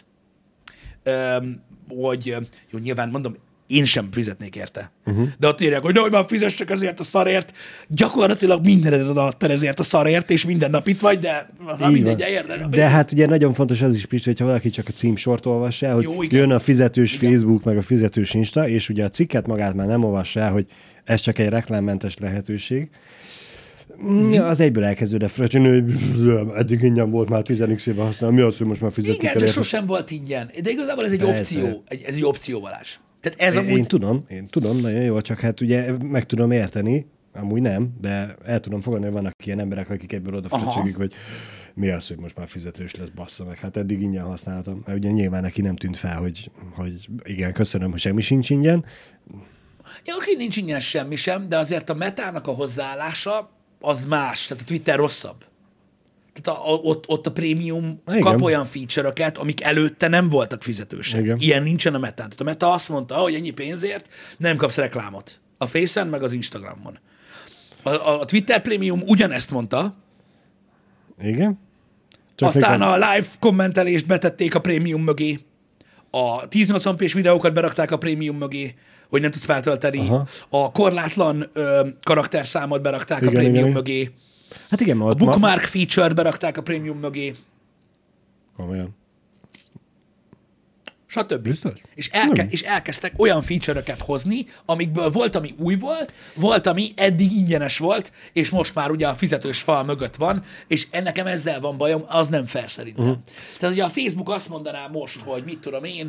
hogy jó, nyilván mondom, én sem fizetnék érte. De ott írják, hogy nehogy már fizessek ezért a szarért. Gyakorlatilag mindenedet odaadtad ezért a szarért, és minden nap itt vagy, de mindegy, érted. De hát ugye nagyon fontos az is, Pisti, hogyha valaki csak a címsort olvassa el, hogy jó, jön a fizetős Facebook, meg a fizetős Insta, és ugye a cikket magát már nem olvassa el, hogy ez csak egy reklámmentes lehetőség. Az egyből elkezdődött fröcsönő, hogy eddig ingyen volt, már 10 éve használom. Mi az, hogy most már fizetni kell? Igen, csak sosem volt ingyen. De igazából ez egy opció. Ez egy opció, Balázs. Tehát ez amúgy... Én tudom, nagyon jó, csak hát ugye meg tudom érteni, amúgy nem, de el tudom fogadni, hogy vannak ilyen emberek, akik egyből odafröcsögik, hogy mi az, hogy most már fizetős lesz, bassza meg. Hát eddig ingyen használtam. Mert ugye nyilván neki nem tűnt fel, hogy igen, köszönöm, hogy semmi sincs ingyen. Ja, oké, nincs ingyen semmi sem, de azért a Metának a hozzáállása az más, tehát a Twitter rosszabb. Tehát ott a prémium kap olyan feature-öket, amik előtte nem voltak fizetősek. Igen. Ilyen nincsen a Metán. Tehát a Meta azt mondta, hogy ennyi pénzért nem kapsz reklámot. A Face-en, meg az Instagramon. A Twitter Premium ugyanezt mondta. Igen. Csak aztán a live kommentelést betették a prémium mögé. A 1080p-s videókat berakták a prémium mögé, hogy nem tudsz feltölteni. Aha. A korlátlan karakterszámot berakták a prémium mögé. Hát igen, a bookmark feature-t berakták a prémium mögé. Komolyan. Stb. És elkezdtek olyan feature-öket hozni, amikből volt, ami új volt, ami eddig ingyenes volt, és most már ugye a fizetős fal mögött van, és nekem ezzel van bajom, az nem fair szerintem. Tehát ugye a Facebook azt mondaná most, hogy mit tudom én,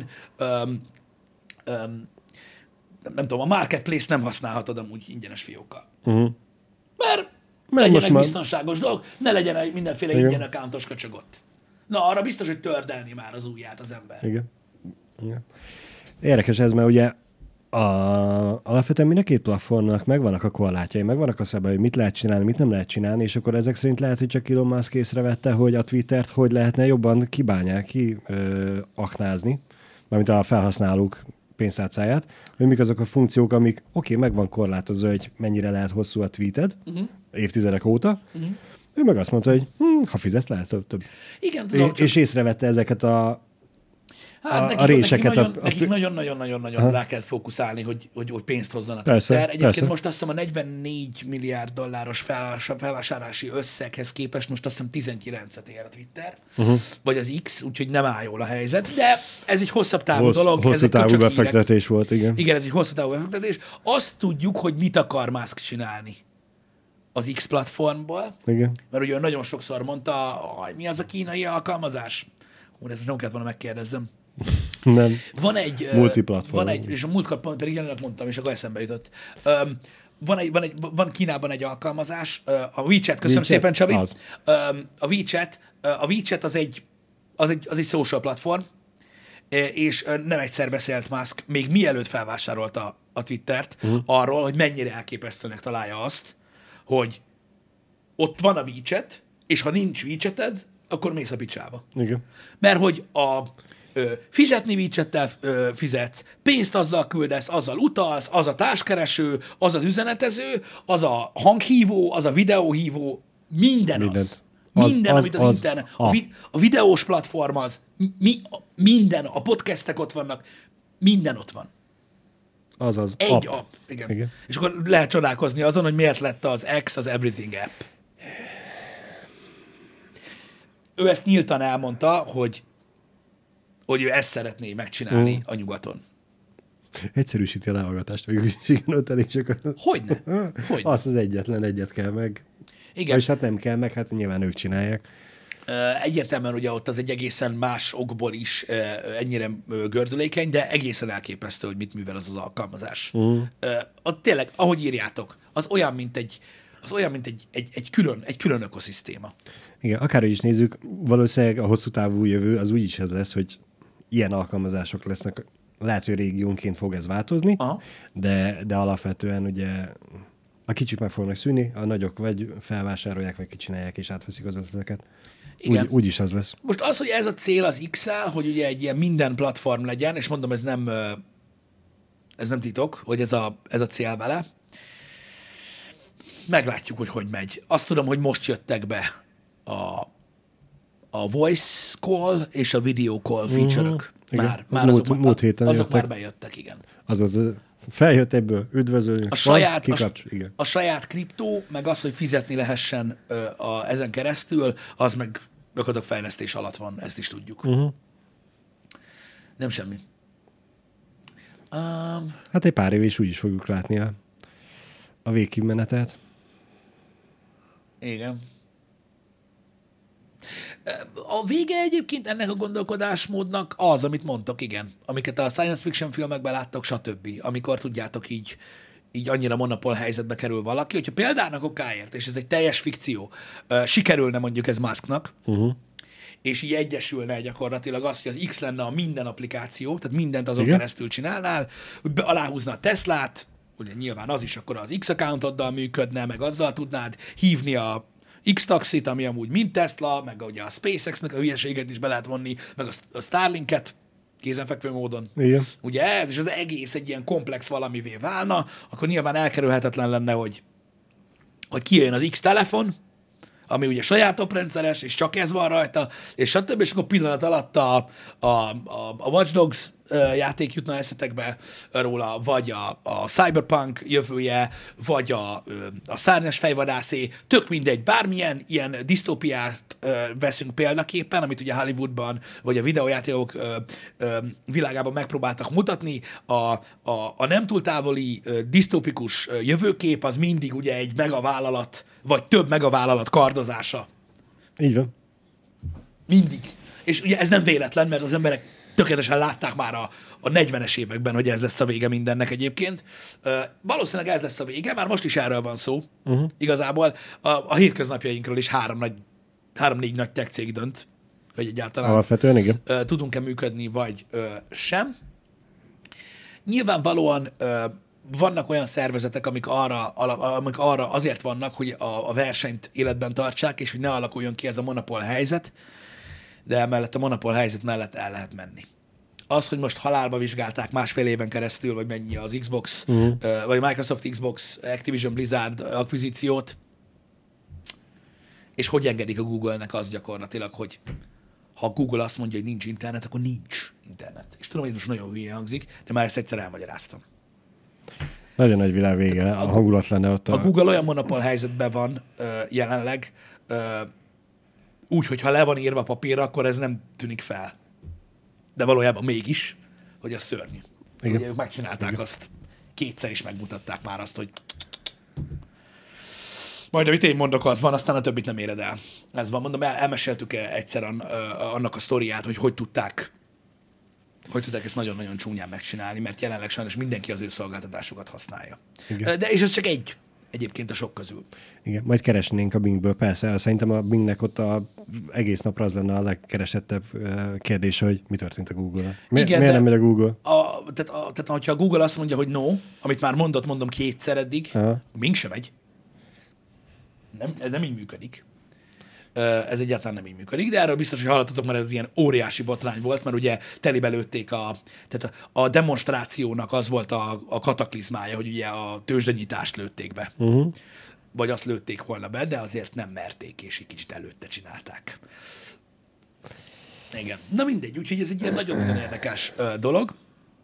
nem tudom, a Marketplace nem használhatod amúgy ingyenes fiókkal. Mert legyen egy biztonságos dolog, ne legyen mindenféle ingyen accountos köcsögott. Na, arra biztos, hogy tördelni már az ujját az ember. Igen. Érdekes ez, mert ugye alapvetően mind a két platformnak megvannak a korlátjai, megvannak a szabályai, hogy mit lehet csinálni, mit nem lehet csinálni, és akkor ezek szerint lehet, hogy csak Elon Musk észrevette, hogy a Twittert hogy lehetne jobban aknázni, mármint a felhasználók pénztárcáját, hogy mik azok a funkciók, amik meg van korlátozva, hogy mennyire lehet hosszú a tweeted évtizedek óta. Ő meg azt mondta, hogy ha fizetsz, lehet több. Igen, tudom. És észrevette ezeket a réseket. Nekik nagyon-nagyon rá kell fókuszálni, hogy pénzt hozzanak. Twitter. Egyébként most azt hiszem a 44 milliárd dolláros felvásárlási összeghez képest most azt hiszem 19-et ér a Twitter, vagy az X, úgyhogy nem áll jól a helyzet, de ez egy hosszabb távú dolog. Hosszú távú befektetés volt, igen. Igen, ez egy hosszú távú befektetés. Azt tudjuk, hogy mit akar Musk csinálni az X platformból, igen. Mert ugye nagyon sokszor mondta, hogy mi az a kínai alkalmazás? Ezt most nem kellett volna megkérdezzem. Nem. Van egy... multiplatform. És a múltkor pedig jelenleg mondtam, és akkor eszembe jutott. Van Kínában egy alkalmazás, a WeChat, köszönöm szépen, Csabi. A WeChat az egy social platform, és nem egyszer beszélt Musk, még mielőtt felvásárolta a Twittert, arról, hogy mennyire elképesztőnek találja azt, hogy ott van a WeChat, és ha nincs WeChated, akkor mész a picsába. Igen. Mert hogy fizetni WeChat-tel fizetsz, pénzt azzal küldesz, azzal utalsz, az a társkereső, az az üzenetező, az a hanghívó, az a videóhívó, minden. Minden, amit az internet, a videós platform az, minden, a podcastek ott vannak, minden ott van. Azaz. Egy app. Igen. És akkor lehet csodálkozni azon, hogy miért lett az X az Everything app. ő ezt nyíltan elmondta, hogy ő ezt szeretné megcsinálni a nyugaton. Egyszerűsíti a lehallgatást, végül is igen, ott elég sokat. Hogyne? Az egyetlen egyet kell meg. Igen. És hát nem kell meg, hát nyilván ők csinálják. Egyértelműen ugye ott az egy egészen más okból is ennyire gördülékeny, de egészen elképesztő, hogy mit művel az alkalmazás. Ott tényleg, ahogy írjátok, az olyan, mint egy külön ökoszisztéma. Igen, akárhogy is nézzük, valószínűleg a hosszú távú jövő az úgyis ez lesz, hogy ilyen alkalmazások lesznek. Lehet, hogy régiónként fog ez változni, de alapvetően ugye a kicsik meg fognak szűnni, a nagyok vagy felvásárolják, vagy kicsinálják, és átveszik az ötleteket. Úgy is az lesz. Most az, hogy ez a cél az X-el, hogy ugye egy ilyen minden platform legyen, és mondom, ez nem titok, hogy ez a cél vele. Meglátjuk, hogy megy. Azt tudom, hogy most jöttek be a voice call és a video call feature-ök. Már múlt héten azok jöttek. már bejöttek, igen. Azaz feljött ebből, üdvözöljük. A saját kriptó, meg az, hogy fizetni lehessen ezen keresztül, az meg gyakorlatilag fejlesztés alatt van, ezt is tudjuk. Nem semmi. Hát egy pár év is úgy is fogjuk látni a végkimenetet. Igen. A vége egyébként ennek a gondolkodásmódnak az, amit mondtok, igen. Amiket a science fiction filmekben láttok, stb. Amikor tudjátok így annyira monopól helyzetbe kerül valaki, hogyha példának okáért, és ez egy teljes fikció, sikerülne mondjuk ez Musknak, és így egyesülne gyakorlatilag az, hogy az X lenne a minden applikáció, tehát mindent azon keresztül csinálnál, aláhúzna a Teslát, ugye nyilván az is akkor az X accountoddal működne, meg azzal tudnád hívni a X-taxit, ami amúgy mind Tesla, meg ugye a SpaceX-nek a hülyeséget is be lehet vonni, meg a Starlinket kézenfekvő módon. Igen. Ugye ez, és az egész egy ilyen komplex valamivé válna, akkor nyilván elkerülhetetlen lenne, hogy kijöjjön az X-telefon, ami ugye saját oprendszeres, és csak ez van rajta, és stb. És akkor pillanat alatt a Watch Dogs játék jutna eszetekbe róla, vagy a Cyberpunk jövője, vagy a szárnyas fejvadászé, tök mindegy, bármilyen ilyen disztópiát veszünk példaképpen, amit ugye Hollywoodban, vagy a videójátékok világában megpróbáltak mutatni, a nem túl távoli disztópikus jövőkép az mindig ugye egy megavállalat, vagy több megavállalat kardozása. Így van. Mindig. És ugye ez nem véletlen, mert az emberek tökéletesen látták már a 40-es években, hogy ez lesz a vége mindennek egyébként. Valószínűleg ez lesz a vége, már most is erről van szó. Igazából a hétköznapjainkról is 3-4 nagy tech cég dönt, hogy egyáltalán alapvetően igen. Tudunk-e működni, vagy sem. Nyilvánvalóan vannak olyan szervezetek, amik arra azért vannak, hogy a versenyt életben tartsák, és hogy ne alakuljon ki ez a monopól helyzet, de emellett a monopól helyzet mellett el lehet menni. Az, hogy most halálba vizsgálták másfél éven keresztül, vagy mennyi az Xbox, vagy Microsoft Xbox Activision Blizzard akvizíciót, és hogy engedik a Google-nek az gyakorlatilag, hogy ha Google azt mondja, hogy nincs internet, akkor nincs internet. És tudom, hogy ez most nagyon hülye hangzik, de már ezt egyszer elmagyaráztam. Nagyon nagy világ vége, a hangulat lenne ott. A Google olyan monopól helyzetben van jelenleg, úgy, hogy ha le van írva papírra, akkor ez nem tűnik fel. De valójában mégis, hogy az szörnyű. Igen. Ugye ők megcsinálták azt, kétszer is megmutatták már azt, hogy majd amit én mondok, az van, aztán a többit nem éred el. Ez van, mondom, elmeséltük egyszer annak a sztoriát, hogy tudták ezt nagyon-nagyon csúnyán megcsinálni, mert jelenleg sajnos mindenki az ő szolgáltatásokat használja. Igen. De és ez csak egyébként a sok közül. Igen, majd keresnénk a Bingből, persze. Szerintem a Bingnek ott egész napra az lenne a legkeresettebb kérdése, hogy mi történt a Google-nal. Miért nem megy a Google? Tehát, hogyha a Google azt mondja, hogy no, amit már mondom kétszer eddig, Bing sem megy. Nem így működik. Ez egyáltalán nem így működik, de erről biztos, hogy hallottatok, mert ez ilyen óriási botrány volt, mert ugye telibe lőtték tehát a demonstrációnak az volt a kataklizmája, hogy ugye a tőzsdenyitást lőtték be. Vagy azt lőtték volna be, de azért nem merték, és egy kicsit előtte csinálták. Igen. Na mindegy, úgyhogy ez egy ilyen nagyon-nagyon érdekes dolog.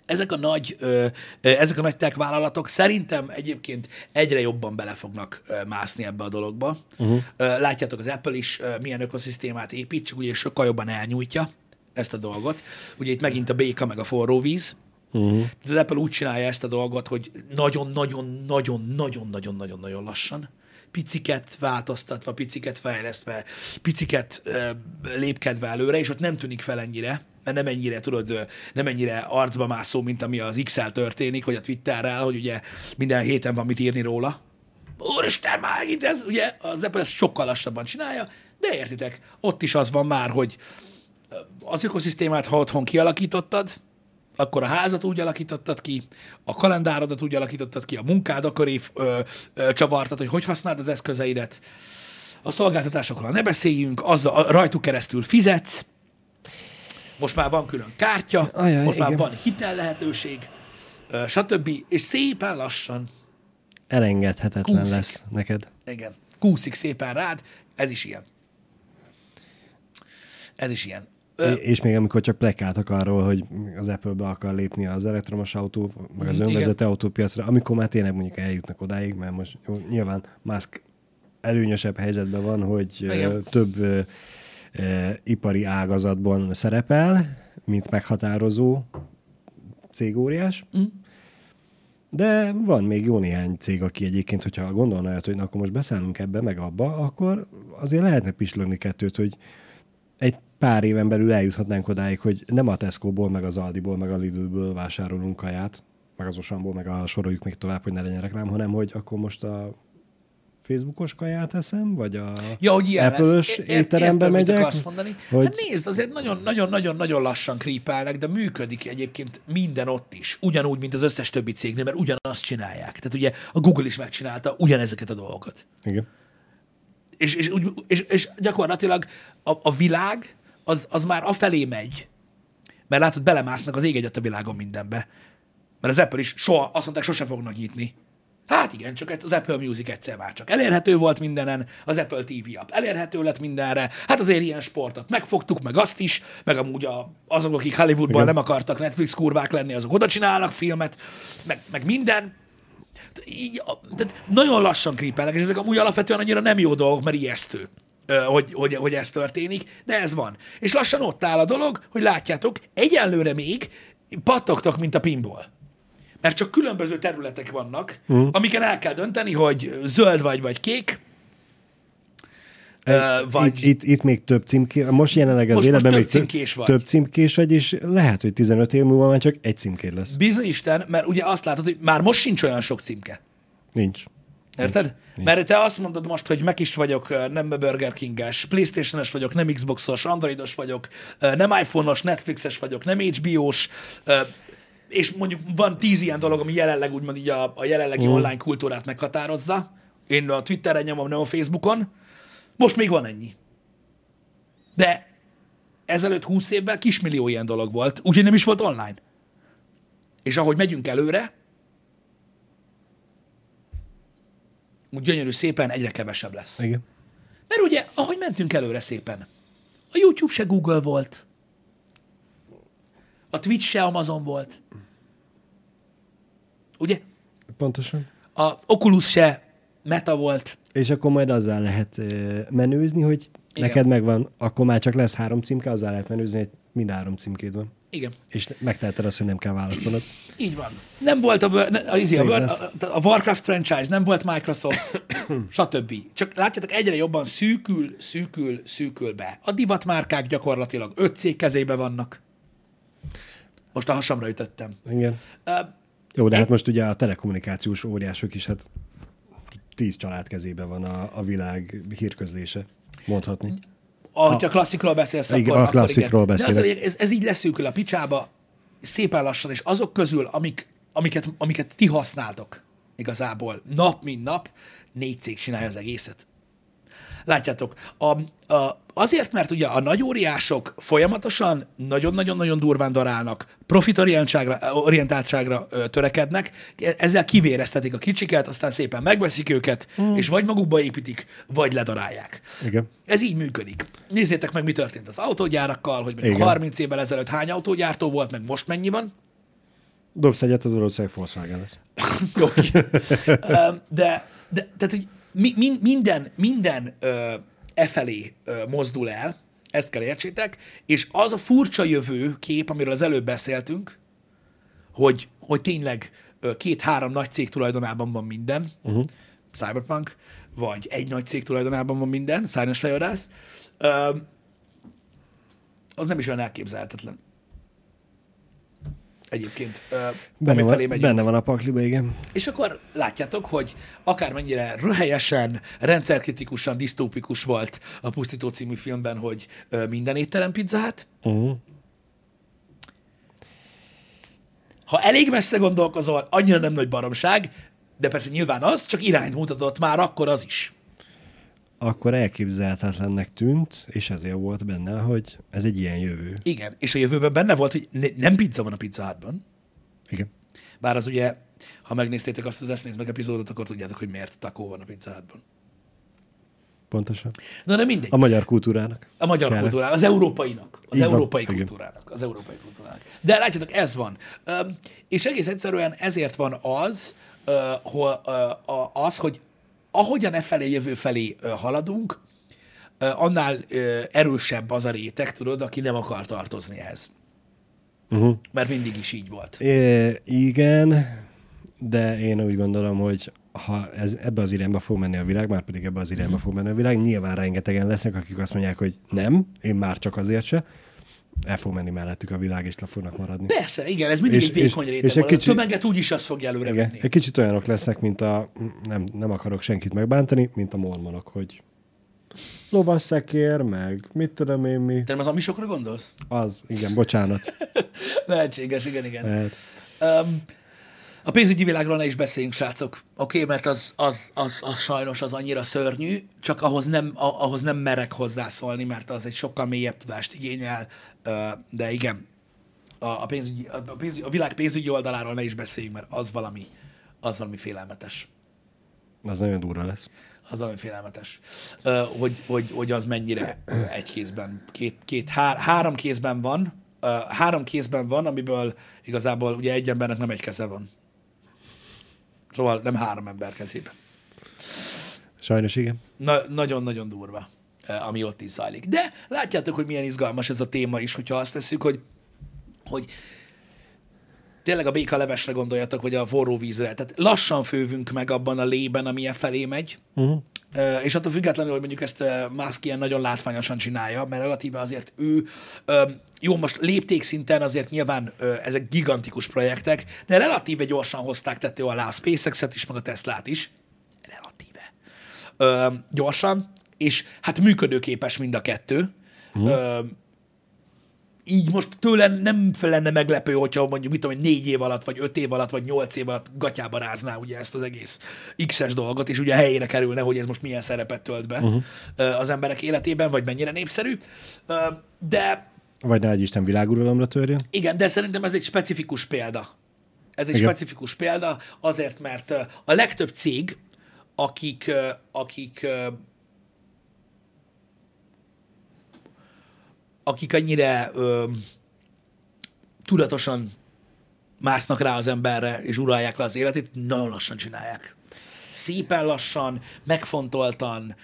ezek a nagy tech vállalatok szerintem egyébként egyre jobban bele fognak mászni ebbe a dologba. Látjátok, az Apple is milyen ökoszisztémát épít, csak ugye sokkal jobban elnyújtja ezt a dolgot. Ugye itt megint a béka meg a forró víz. Az Apple úgy csinálja ezt a dolgot, hogy nagyon-nagyon-nagyon-nagyon-nagyon-nagyon lassan, piciket változtatva, piciket fejlesztve, piciket lépkedve előre, és ott nem tűnik fel ennyire, mert nem ennyire, tudod, nem ennyire arcba mászó, mint ami az X-el történik, vagy a Twitterrel, hogy ugye minden héten van mit írni róla. Úristen, már megint ez, ugye az Apple ezt sokkal lassabban csinálja, de értitek, ott is az van már, hogy az ökoszisztémát, ha otthon kialakítottad, akkor a házat úgy alakítottad ki, a kalendárodat úgy alakítottad ki, a munkád köré csavartad, hogy használd az eszközeidet, a szolgáltatásokról ne beszéljünk, rajtuk keresztül fizetsz, most már van külön kártya, most már van hitel lehetőség, stb. És szépen lassan elengedhetetlen kúszik. lesz neked. Igen, kúszik szépen rád, ez is ilyen. Ez is ilyen. És még amikor csak plekáltak arról, hogy az Apple-be akar lépni az elektromos autó, meg az önvezető autópiacra, amikor már tényleg mondjuk eljutnak odáig, mert most nyilván Musk előnyösebb helyzetben van, hogy több ipari ágazatban szerepel, mint meghatározó cégóriás. De van még jó néhány cég, aki egyébként, hogyha gondolna olyat, hogy na, akkor most beszállunk ebbe, meg abba, akkor azért lehetne pislogni kettőt, hogy egy pár éven belül eljuthatnánk odáig, hogy nem a Tesco-ból, meg az Aldiból, meg a Lidlből vásárolunk kaját, meg az Osamból, meg a soroljuk még tovább, hogy ne legyen reklám, hanem hogy akkor most a Facebookos kaját eszem, vagy a Apple-ös étterembe megyek. Mit akarsz mondani? Hogy... Hát nézd, azért nagyon-nagyon lassan creepelnek, de működik egyébként minden ott is. Ugyanúgy, mint az összes többi cégnél, mert ugyanazt csinálják. Tehát ugye a Google is megcsinálta ugyanezeket a dolgokat. Igen. És gyakorlatilag a világ az már afelé megy, mert látod, belemásznak az ég egyet a világon mindenbe. Mert az Apple is azt mondták, sose fognak nyitni. Hát igen, csak az Apple Music egyszer már csak elérhető volt mindenen, az Apple TV app elérhető lett mindenre, hát azért ilyen sportot megfogtuk, meg azt is, meg amúgy azok, akik Hollywoodban nem akartak Netflix kurvák lenni, azok oda csinálnak filmet, meg minden. Így, tehát nagyon lassan creepelnek, és ezek amúgy alapvetően annyira nem jó dolgok, mert ijesztő, hogy ez történik, de ez van. És lassan ott áll a dolog, hogy látjátok, egyenlőre még pattogtok, mint a pinball. Mert csak különböző területek vannak, amiken el kell dönteni, hogy zöld vagy kék, vagy... Itt még több címkés, most jelenleg az életben még több címkés vagy, és lehet, hogy 15 év múlva már csak egy címkéd lesz. Bizony Isten, mert ugye azt látod, hogy már most sincs olyan sok címke. Nincs. Érted? Nincs. Mert te azt mondod most, hogy Mac is vagyok, nem Burger King-es, PlayStation-es vagyok, nem Xbox-os, Androidos vagyok, nem iPhone-os, Netflix-es vagyok, nem HBO-s, és mondjuk van 10 ilyen dolog, ami jelenleg úgymond így a jelenlegi online kultúrát meghatározza. Én a Twitteren nyomom, nem a Facebookon. Most még van ennyi. De ezelőtt 20 évvel kismillió ilyen dolog volt, úgyhogy nem is volt online. És ahogy megyünk előre, úgy gyönyörű szépen egyre kevesebb lesz. Igen. Mert ugye, ahogy mentünk előre szépen, a YouTube se Google volt, a Twitch se Amazon volt. Ugye? Pontosan. A Oculus se Meta volt. És akkor majd azzal lehet menőzni, hogy igen, neked megvan, akkor már csak lesz 3 címke, azzal lehet menőzni, hogy mind 3 címkéd van. Igen. És megteheted azt, hogy nem kell választanod. Így van. Nem volt a Warcraft franchise, nem volt Microsoft, stb. Csak látjátok, egyre jobban szűkül be. A divatmárkák gyakorlatilag 5 cég kezébe vannak. Most a hasamra ütöttem. Igen. Jó, de hát most ugye a telekommunikációs óriások is, hát 10 család kezében van a világ hírközlése, mondhatni. Ha klasszikról beszélsz, igen, akkor a klasszikról beszélek. De ez így leszűkül a picsába szépen lassan, és azok közül, amiket ti használtok igazából nap, mint nap, 4 cég csinálja az egészet. Látjátok, azért, mert ugye a nagy óriások folyamatosan nagyon-nagyon-nagyon durván darálnak, profitorientáltságra törekednek, ezzel kivéreztetik a kicsiket, aztán szépen megveszik őket, és vagy magukba építik, vagy ledarálják. Igen. Ez így működik. Nézzétek meg, mi történt az autógyárakkal, hogy mondjuk 30 évvel ezelőtt hány autógyártó volt, meg most mennyi van. Dobsz egyet, az valószínűleg Volkswagen lesz. Jó, igen. Tehát, hogy minden felé mozdul el, ezt kell értsétek, és az a furcsa jövő kép, amiről az előbb beszéltünk, hogy tényleg 2-3 nagy cég tulajdonában van minden, Cyberpunk, vagy egy nagy cég tulajdonában van minden, szárnyas fejvadász, az nem is olyan elképzelhetetlen. Egyébként, benne van a pakliba, igen. És akkor látjátok, hogy akármennyire röhelyesen, rendszerkritikusan, disztópikus volt a Pusztító című filmben, hogy minden étterem Pizza Hut. Ha elég messze gondolkozol, annyira nem nagy baromság, de persze nyilván az, csak irányt mutatott már akkor az is. Akkor elképzelhetetlennek tűnt, és ezért volt benne, hogy ez egy ilyen jövő. Igen, és a jövőben benne volt, hogy nem pizza van a Pizza Hutban. Igen. Bár az ugye, ha megnéztétek azt az Ezt nézd meg epizódot, akkor tudjátok, hogy miért takó van a Pizza Hutban. Pontosan. Na, de mindegy. A magyar kultúrának. A magyar kultúrának, az európainak. Az Így európai van. kultúrának. Az európai kultúrának. De látjátok, ez van. És egész egyszerűen ezért van az, hogy ahogyan felé, jövő felé haladunk, annál erősebb az a réteg, tudod, aki nem akar tartozni ehhez. Mert mindig is így volt. Igen, de én úgy gondolom, hogy ha ez ebbe az irányba fog menni a világ, már pedig ebbe az irányba fog menni a világ, nyilván rengetegen lesznek, akik azt mondják, hogy nem, én már csak azért se, el fog menni mellettük a világ, és le fognak maradni. Persze, igen, ez mindig egy vékony réteg. A tömeget úgyis azt fogja előre menni. Egy kicsit olyanok lesznek, mint nem akarok senkit megbántani, mint a mormonok, hogy lovasszekér, meg mit tudom én mi. Te nem az amisokra gondolsz? Az, igen, bocsánat. Lehetséges, igen. A pénzügyi világról ne is beszéljünk, srácok. Oké, mert az sajnos az annyira szörnyű, csak ahhoz nem merek hozzászólni, mert az egy sokkal mélyebb tudást igényel, de igen, a világ pénzügyi oldaláról ne is beszéljünk, mert az valami félelmetes. Az nagyon durva lesz. Az valami félelmetes. Hogy az mennyire egy kézben, három kézben van, 3 kézben van, amiből igazából ugye egy embernek nem egy keze van. Szóval nem 3 ember kezében. Sajnos igen. Nagyon-nagyon durva, ami ott is zajlik. De látjátok, hogy milyen izgalmas ez a téma is, hogyha azt tesszük, hogy tényleg a békalevesre gondoljatok, vagy a forró vízre. Tehát lassan fővünk meg abban a lében, ami felé megy. És attól függetlenül, hogy mondjuk ezt Musk ilyen nagyon látványosan csinálja, mert relatíve azért ő, jó, most léptékszinten azért nyilván ezek gigantikus projektek, de relatíve gyorsan hozták tető alá a SpaceX-et is, meg a Teslát is. Relatíve. Gyorsan, és hát működőképes mind a kettő. Így most tőle nem lenne meglepő, hogyha mondjuk, mit tudom, 4 év alatt, vagy 5 év alatt, vagy 8 év alatt gatyába rázná ugye ezt az egész X-es dolgot, és ugye helyére kerülne, hogy ez most milyen szerepet tölt be az emberek életében, vagy mennyire népszerű. De... Vagy ne Isten világuralomra törjön. Igen, de szerintem ez egy specifikus példa. Ez egy specifikus példa azért, mert a legtöbb cég, akik ennyire tudatosan másznak rá az emberre, és uralják le az életét, nagyon lassan csinálják. Szépen lassan, megfontoltan.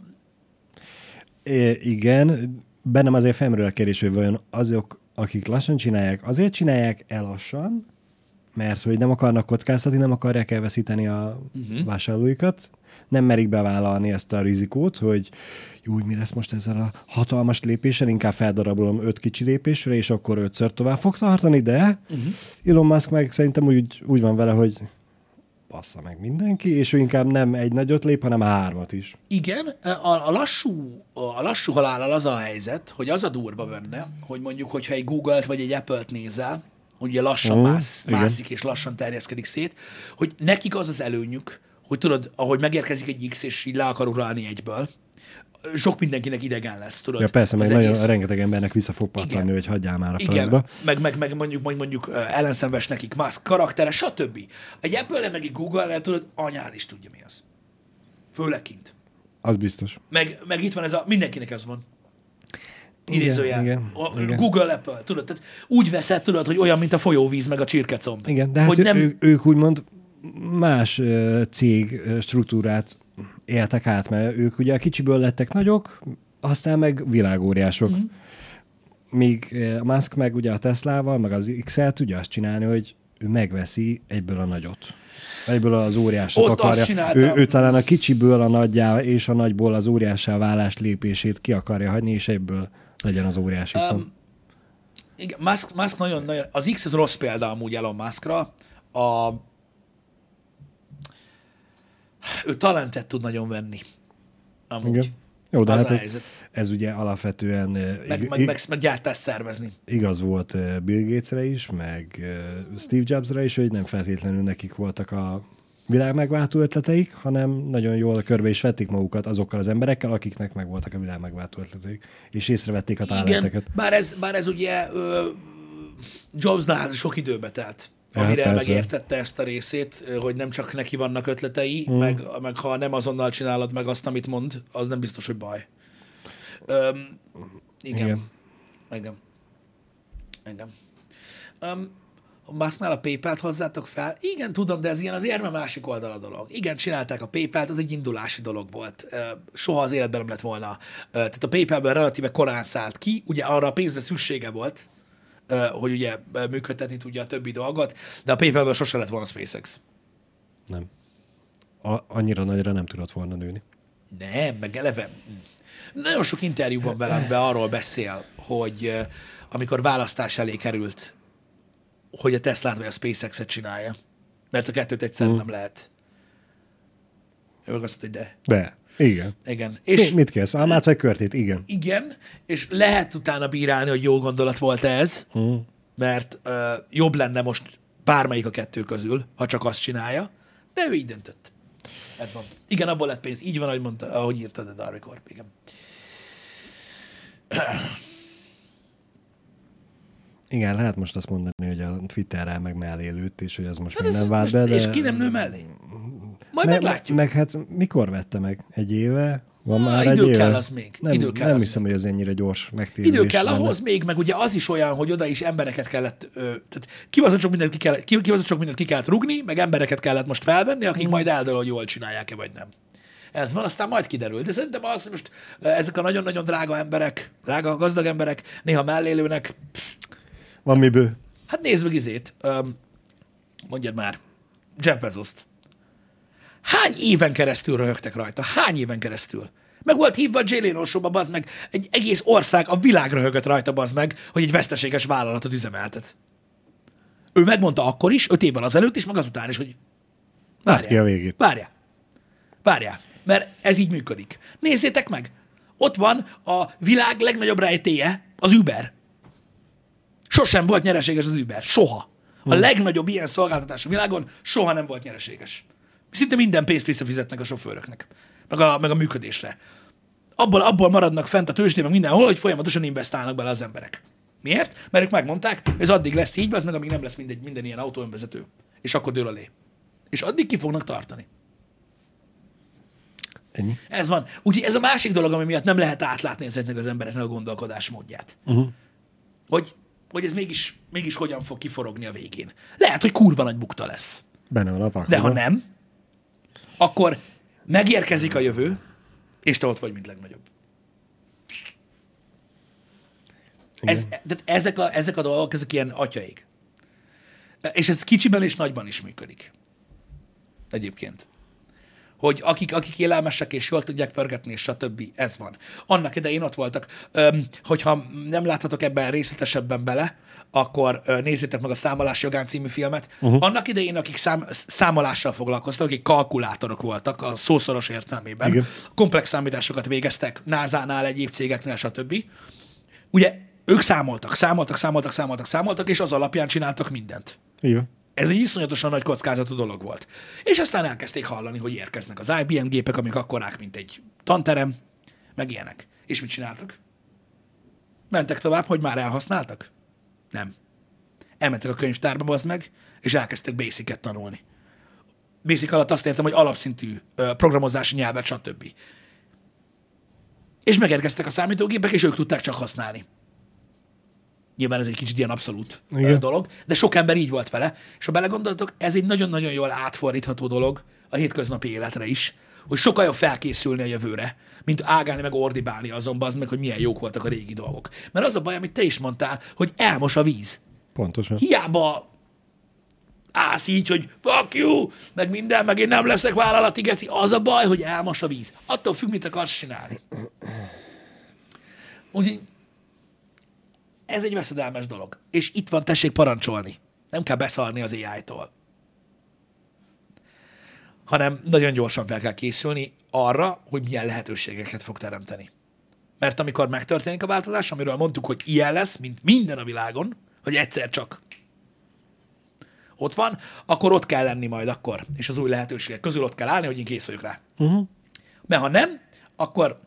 Igen, bennem azért felmerül a kérdés, hogy vajon azok, akik lassan csinálják, azért csinálják el lassan, mert hogy nem akarnak kockáztatni, nem akarják elveszíteni a vásárlóikat, nem merik bevállalni ezt a rizikót, hogy jó, mi lesz most ezzel a hatalmas lépéssel, inkább feldarabolom 5 kicsi lépésre, és akkor 5-ször tovább fog tartani, de Elon Musk meg szerintem úgy van vele, hogy bassza meg mindenki, és ő inkább nem egy nagyot lép, hanem 3 is. Igen, a lassú halállal az a helyzet, hogy az a durva benne, hogy mondjuk, hogyha egy Google-t vagy egy Apple-t nézel, ugye lassan mászik és lassan terjeszkedik szét, hogy nekik az az előnyük, hogy tudod, ahogy megérkezik egy X, és így le akar uralni egyből, sok mindenkinek idegen lesz, tudod. Ja persze, meg nagyon rengeteg embernek vissza fog pattanni, hogy hagyjál már a francba. Meg mondjuk ellenszenves nekik Musk karaktere, stb. Egy Apple-le, meg egy Google-le, tudod, anyád is tudja, mi az. Főleg kint. Az biztos. Meg itt van mindenkinek ez van. idézőjel. Igen. Google, Apple, tudod, tehát úgy veszed, tudod, hogy olyan, mint a folyóvíz, meg a csirkecomb. Igen, de hát hogy nem... ők úgymond más cég struktúrát éltek át, mert ők ugye a kicsiből lettek nagyok, aztán meg világóriások. Mm-hmm. Míg Musk meg ugye a Teslával, meg az X-el tudja azt csinálni, hogy ő megveszi egyből a nagyot. Egyből az óriásat ott akarja. Ő talán a kicsiből a nagyjá és a nagyból az óriássá válás lépését ki akarja hagyni, és egyből legyen az óriás itthon. Igen, Musk nagyon, az X az rossz példa amúgy Elon Muskra. Ő talentet tud nagyon venni. Amúgy. Igen. Jó, de hát ez ugye alapvetően... Meg gyártást szervezni. Igaz volt Bill Gatesre is, meg Steve Jobsra is, hogy nem feltétlenül nekik voltak a világ megváltó ötleteik, hanem nagyon jól körbe is vették magukat azokkal az emberekkel, akiknek meg voltak a világ megváltó ötleteik, és észrevették a talenteket. Igen, bár ez ugye Jobsnál sok időbe telt, amire megértette ezt a részét, hogy nem csak neki vannak ötletei, meg ha nem azonnal csinálod meg azt, amit mond, az nem biztos, hogy baj. Igen. A Musknál a PayPal-t hozzátok fel? Igen, tudom, de ez ilyen az érme másik oldala dolog. Igen, csinálták a PayPal-t, az egy indulási dolog volt. Soha az életben nem lett volna. Tehát a PayPal-ben relatíve korán szállt ki, ugye arra a pénzre szüksége volt, hogy ugye működtetni tudja a többi dolgot, de a PayPal-ből sose lett volna SpaceX. Nem. Annyira nagyra nem tudott volna nőni. Nem, meg eleve. Nagyon sok interjúban velem arról beszél, hogy amikor választás elé került, hogy a Teslát vagy a SpaceX-et csinálja. Mert a kettőt egyszerűen nem lehet. Ő meg azt mondta, hogy de. Igen. És mit kérsz? Almát vagy körtét? Igen. Igen, és lehet utána bírálni, hogy jó gondolat volt ez, mert jobb lenne most bármelyik a kettő közül, ha csak azt csinálja, de ő így döntött. Ez van. Igen, abból lett pénz. Így van, ahogy írtad a Dark Corp. Igen. Igen, lehet most azt mondani, hogy a Twitterrel meg mellé lőtt, és hogy az most hát minden vált be, de... És ki nem nő mellé? Majd meglátjuk. Meg hát mikor vette meg? Egy éve? Van már idő egy éve? kell az még. Nem hiszem, hogy az ennyire gyors megtérülés. Idő kell ahhoz még, meg ugye az is olyan, hogy oda is embereket kellett, tehát kibaszott sok mindent ki kellett rugni, meg embereket kellett most felvenni, akik majd eldől, hogy jól csinálják-e, vagy nem. Ez van, aztán majd kiderül. De szerintem az, hogy most ezek a nagyon-nagyon drága emberek, gazdag emberek néha mellélőnek. Van miből? Hát nézd meg izét. Mondjad már. Jeff Bezos-t. Hány éven keresztül röhögtek rajta? Hány éven keresztül? Meg volt hívva a Jay Leno show-ba, bazd meg. Egy egész ország, a világ röhögött rajta, bazd meg, hogy egy veszteséges vállalatot üzemeltet. Ő megmondta akkor is, 5 évvel azelőtt is, meg azután is, hogy várjál. Mert ez így működik. Nézzétek meg. Ott van a világ legnagyobb rejtélye, az Uber. Sosem volt nyereséges az Uber. Soha. A legnagyobb ilyen szolgáltatás a világon soha nem volt nyereséges. Szinte minden pénzt visszafizetnek a sofőröknek, meg a működésre. Abból maradnak fent a tőzsdén, meg mindenhol, hogy folyamatosan investálnak bele az emberek. Miért? Mert ők megmondták, hogy ez addig lesz így, az meg amíg nem lesz minden ilyen autóönvezető. És akkor dől alé. És addig ki fognak tartani. Ennyi. Ez van. Úgyhogy ez a másik dolog, ami miatt nem lehet átlátni ezeknek az embereknek a gondolkodásmódját. Hogy ez mégis hogyan fog kiforogni a végén. Lehet, hogy kurva nagy bukta lesz. Benne van a pakliba. De ha nem, akkor megérkezik a jövő, és te ott vagy, mint legnagyobb. Ezek a dolgok, ezek ilyen atyaik. És ez kicsiben és nagyban is működik. Egyébként. Hogy akik élelmesek és jól tudják pörgetni, és stb. Ez van. Annak idején ott voltak. Hogyha nem láthatok ebben részletesebben bele, akkor nézzétek meg a Számolás jogán című filmet. Annak idején, akik számolással foglalkoztak, akik kalkulátorok voltak a szószoros értelmében, igen, komplex számításokat végeztek NASA-nál, egyéb cégeknél, stb. Ugye ők számoltak, és az alapján csináltak mindent. Igen. Ez egy iszonyatosan nagy kockázatú dolog volt. És aztán elkezdték hallani, hogy érkeznek az IBM gépek, amik akkorák, mint egy tanterem, meg ilyenek. És mit csináltak? Mentek tovább, hogy már elhasználtak? Nem. Elmentek a könyvtárba, bazd meg, és elkezdtek Basic-et tanulni. Basic alatt azt értem, hogy alapszintű programozási nyelvet, stb. és megérkeztek a számítógépek, és ők tudták csak használni. Nyilván ez egy kicsit ilyen abszolút dolog, de sok ember így volt vele, és ha belegondoltok, ez egy nagyon-nagyon jól átfordítható dolog a hétköznapi életre is, hogy sokkal jobb felkészülni a jövőre, mint ágálni meg ordibálni azonban az meg, hogy milyen jók voltak a régi dolgok. Mert az a baj, amit te is mondtál, hogy elmos a víz. Pontosan. Hiába állsz így, hogy fuck you, meg minden, meg én nem leszek vállalati geci. Az a baj, hogy elmos a víz. Attól függ, mit akarsz csinálni. Úgyhogy ez egy veszedelmes dolog. És itt van, tessék parancsolni. Nem kell beszarni az AI-tól. Hanem nagyon gyorsan fel kell készülni arra, hogy milyen lehetőségeket fog teremteni. Mert amikor megtörténik a változás, amiről mondtuk, hogy ilyen lesz, mint minden a világon, hogy egyszer csak ott van, akkor ott kell lenni majd akkor, és az új lehetőségek közül ott kell állni, hogy én kész vagyok rá. Mert ha nem, akkor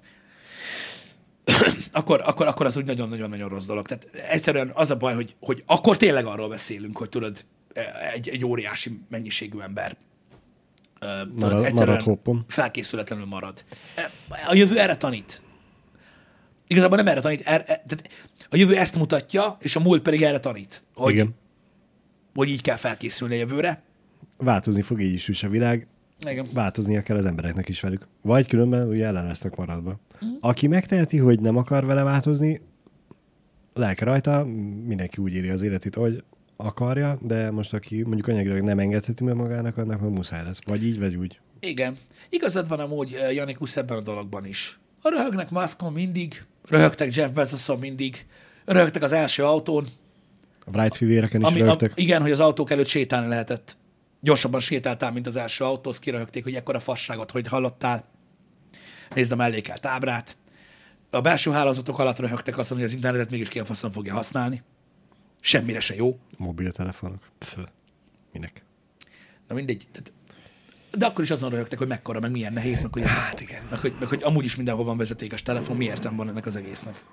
az úgy nagyon-nagyon-nagyon rossz dolog. Tehát egyszerűen az a baj, hogy akkor tényleg arról beszélünk, hogy tudod, egy óriási mennyiségű ember egyszerűen felkészületlenül marad. A jövő erre tanít. Igazából nem erre tanít, tehát a jövő ezt mutatja, és a múlt pedig erre tanít, hogy így kell felkészülni a jövőre. Változni fog így is a világ. Igen. Változnia kell az embereknek is velük. Vagy különben ugye ellen lesznek maradva. Aki megteheti, hogy nem akar vele változni, lelke rajta, mindenki úgy éri az életét, ahogy akarja, de most aki mondjuk anyagilag nem engedheti meg magának, annak meg muszáj lesz. Vagy így, vagy úgy. Igen. Igazad van amúgy, Janikus, ebben a dologban is. Ha röhögnek Muskon mindig, röhögtek Jeff Bezoson mindig, röhögtek az első autón. A Wright fivéreken is röhögtek. Igen, hogy az autók előtt sétálni lehetett. Gyorsabban sétáltál, mint az első autóhoz, kiröhögték, hogy ekkora fasságot, hogy hallottál. Nézd a mellékelt ábrát. A belső hálózatok alatt röhögtek azt, hogy az internetet mégis ki a faszon fogja használni. Semmire se jó. Mobiltelefonok. Minek? Na mindegy. De akkor is azon röhögtek, hogy mekkora, meg milyen nehéz, meg hogy, igen. meg hogy amúgy is mindenhol van vezetékes telefon, mi értem van ennek az egésznek.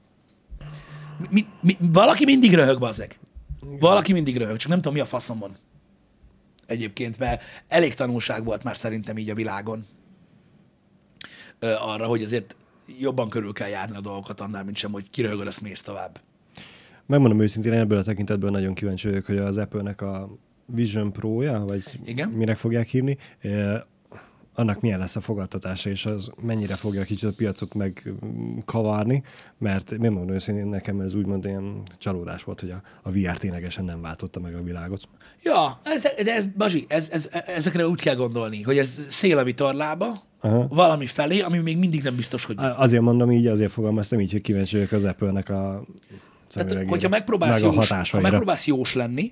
Valaki mindig röhög, bazzeg. Valaki mindig röhög, csak nem tudom, mi a faszom van. Egyébként, mert elég tanulság volt már szerintem így a világon arra, hogy azért jobban körül kell járni a dolgokat annál, mint sem, hogy kiröhögöd, azt mész tovább. Megmondom őszintén, ebből a tekintetből nagyon kíváncsi vagyok, hogy az Apple-nek a Vision Pro-ja, vagy igen? minek fogják hívni, annak milyen lesz a fogadtatása, és az mennyire fogja kicsit a piacot megkavarni, mert nem mondom őszintén, nekem ez úgymond ilyen csalódás volt, hogy a VR ténylegesen nem váltotta meg a világot. Ja, ezekre úgy kell gondolni, hogy ez szél a vitorlába, valami felé, ami még mindig nem biztos, hogy... Azért mondom így, azért fogalmaztam így, hogy kíváncsi vagyok az Apple-nek a tehát, hogyha megpróbálsz jós lenni,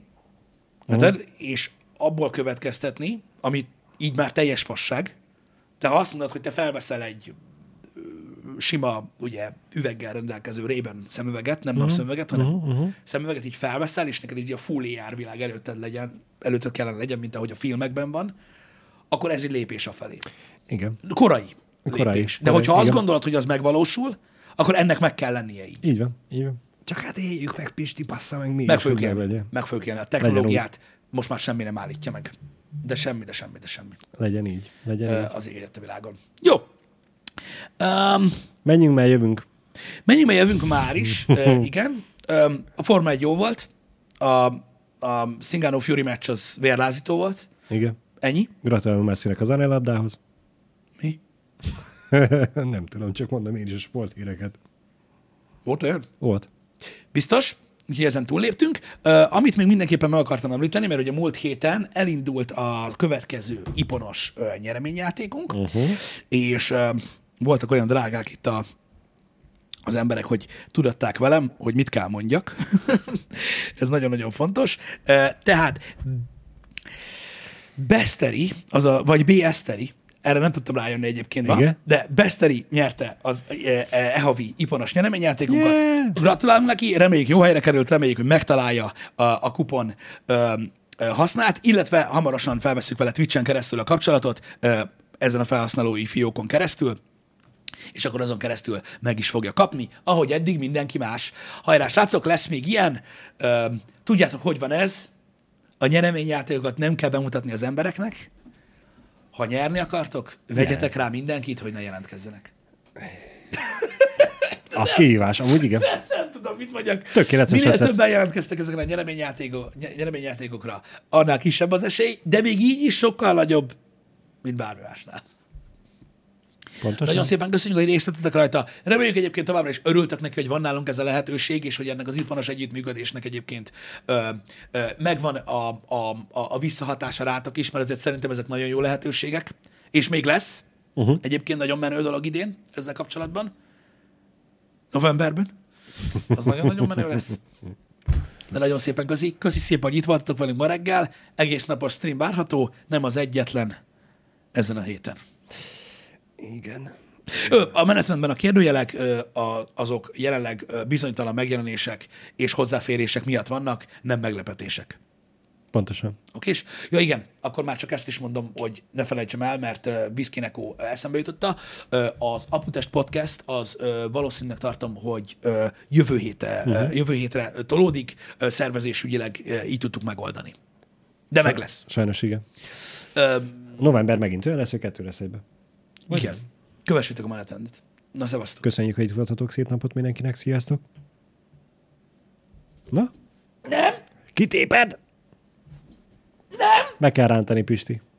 és abból következtetni, amit így már teljes fasság, de ha azt mondod, hogy te felveszel egy sima, ugye, üveggel rendelkező Ray-Ban szemüveget, nem napszemüveget, hanem szemüveget így felveszel, és neked így a full AR világ előtted kellene legyen, mint ahogy a filmekben van, akkor ez egy lépés afelé. Igen. Korai lépés. De hogyha azt gondolod, hogy az megvalósul, akkor ennek meg kell lennie így. Így van. Csak hát éljük meg, Pisti, passza meg mi. Meg fogjuk élni. A technológiát most már semmi nem állítja meg. De semmi. Legyen így. Az élet a világon. Jó. Menjünk, mert jövünk. Jövünk már is. Igen. A Forma 1 jó volt. A Zingano Fury meccs az vérlázító volt. Igen. Ennyi. Gratulálunk Messinek az aranylábdához. Mi? Nem tudom, csak mondom én is a sporthíreket. Volt olyan? Volt. Biztos? Úgyhogy ezen túlléptünk. Amit még mindenképpen meg akartam említeni, mert ugye múlt héten elindult a következő iponos nyereményjátékunk, és voltak olyan drágák itt az emberek, hogy tudatták velem, hogy mit kell mondjak. Ez nagyon-nagyon fontos. Tehát Besteri, vagy B-Eszteri, erre nem tudtam rájönni egyébként, de Besteri nyerte az e-havi iponos nyereményjátékunkat. Yeah. Gratulálunk neki, reméljük jó helyre került, reméljük, hogy megtalálja a kupon hasznát, illetve hamarosan felvesszük vele Twitch-en keresztül a kapcsolatot, ezen a felhasználói fiókon keresztül, és akkor azon keresztül meg is fogja kapni, ahogy eddig mindenki más. Hajrá, srácok, lesz még ilyen. Tudjátok, hogy van ez? A nyereményjátékokat nem kell bemutatni az embereknek. Ha nyerni akartok, vegyetek rá mindenkit, hogy ne jelentkezzenek. Az kihívás, amúgy igen. Nem tudom, mit mondjak. Tökéletes Minél ötlet. többen jelentkeztek ezekre a nyereményjátékokra, annál kisebb az esély, de még így is sokkal nagyobb, mint bármi másnál. Pontosan. Nagyon szépen köszönjük, hogy részt vettetek rajta. Reméljük egyébként továbbra is örültek neki, hogy van nálunk ez a lehetőség, és hogy ennek az iparos együttműködésnek egyébként megvan a visszahatása rátok is, mert ezért szerintem ezek nagyon jó lehetőségek. És még lesz. Egyébként nagyon menő dolog idén ezzel kapcsolatban. Novemberben. Az nagyon-nagyon menő lesz. De nagyon szépen köszi. Köszi szépen, hogy itt voltatok velünk ma reggel. Egész napos stream várható, nem az egyetlen ezen a héten. Igen. A menetrendben a kérdőjelek azok jelenleg bizonytalan megjelenések és hozzáférések miatt vannak, nem meglepetések. Pontosan. Okés? Ja igen, akkor már csak ezt is mondom, hogy ne felejtsem el, mert Biszkinekó eszembe jutotta. Az Aputest podcast az valószínűleg tartom, hogy jövő hétre tolódik, szervezésügyileg így tudtuk megoldani. De meg lesz. Sajnos igen. November megint olyan lesz, hogy 2 lesz egybe. Igen. Kövessétek a menetrendet. Na, szevasztok. Köszönjük, hogy itt voltatok. Szép napot mindenkinek. Sziasztok. Na? Nem? Kitéped? Nem? Meg kell rántani, Pisti.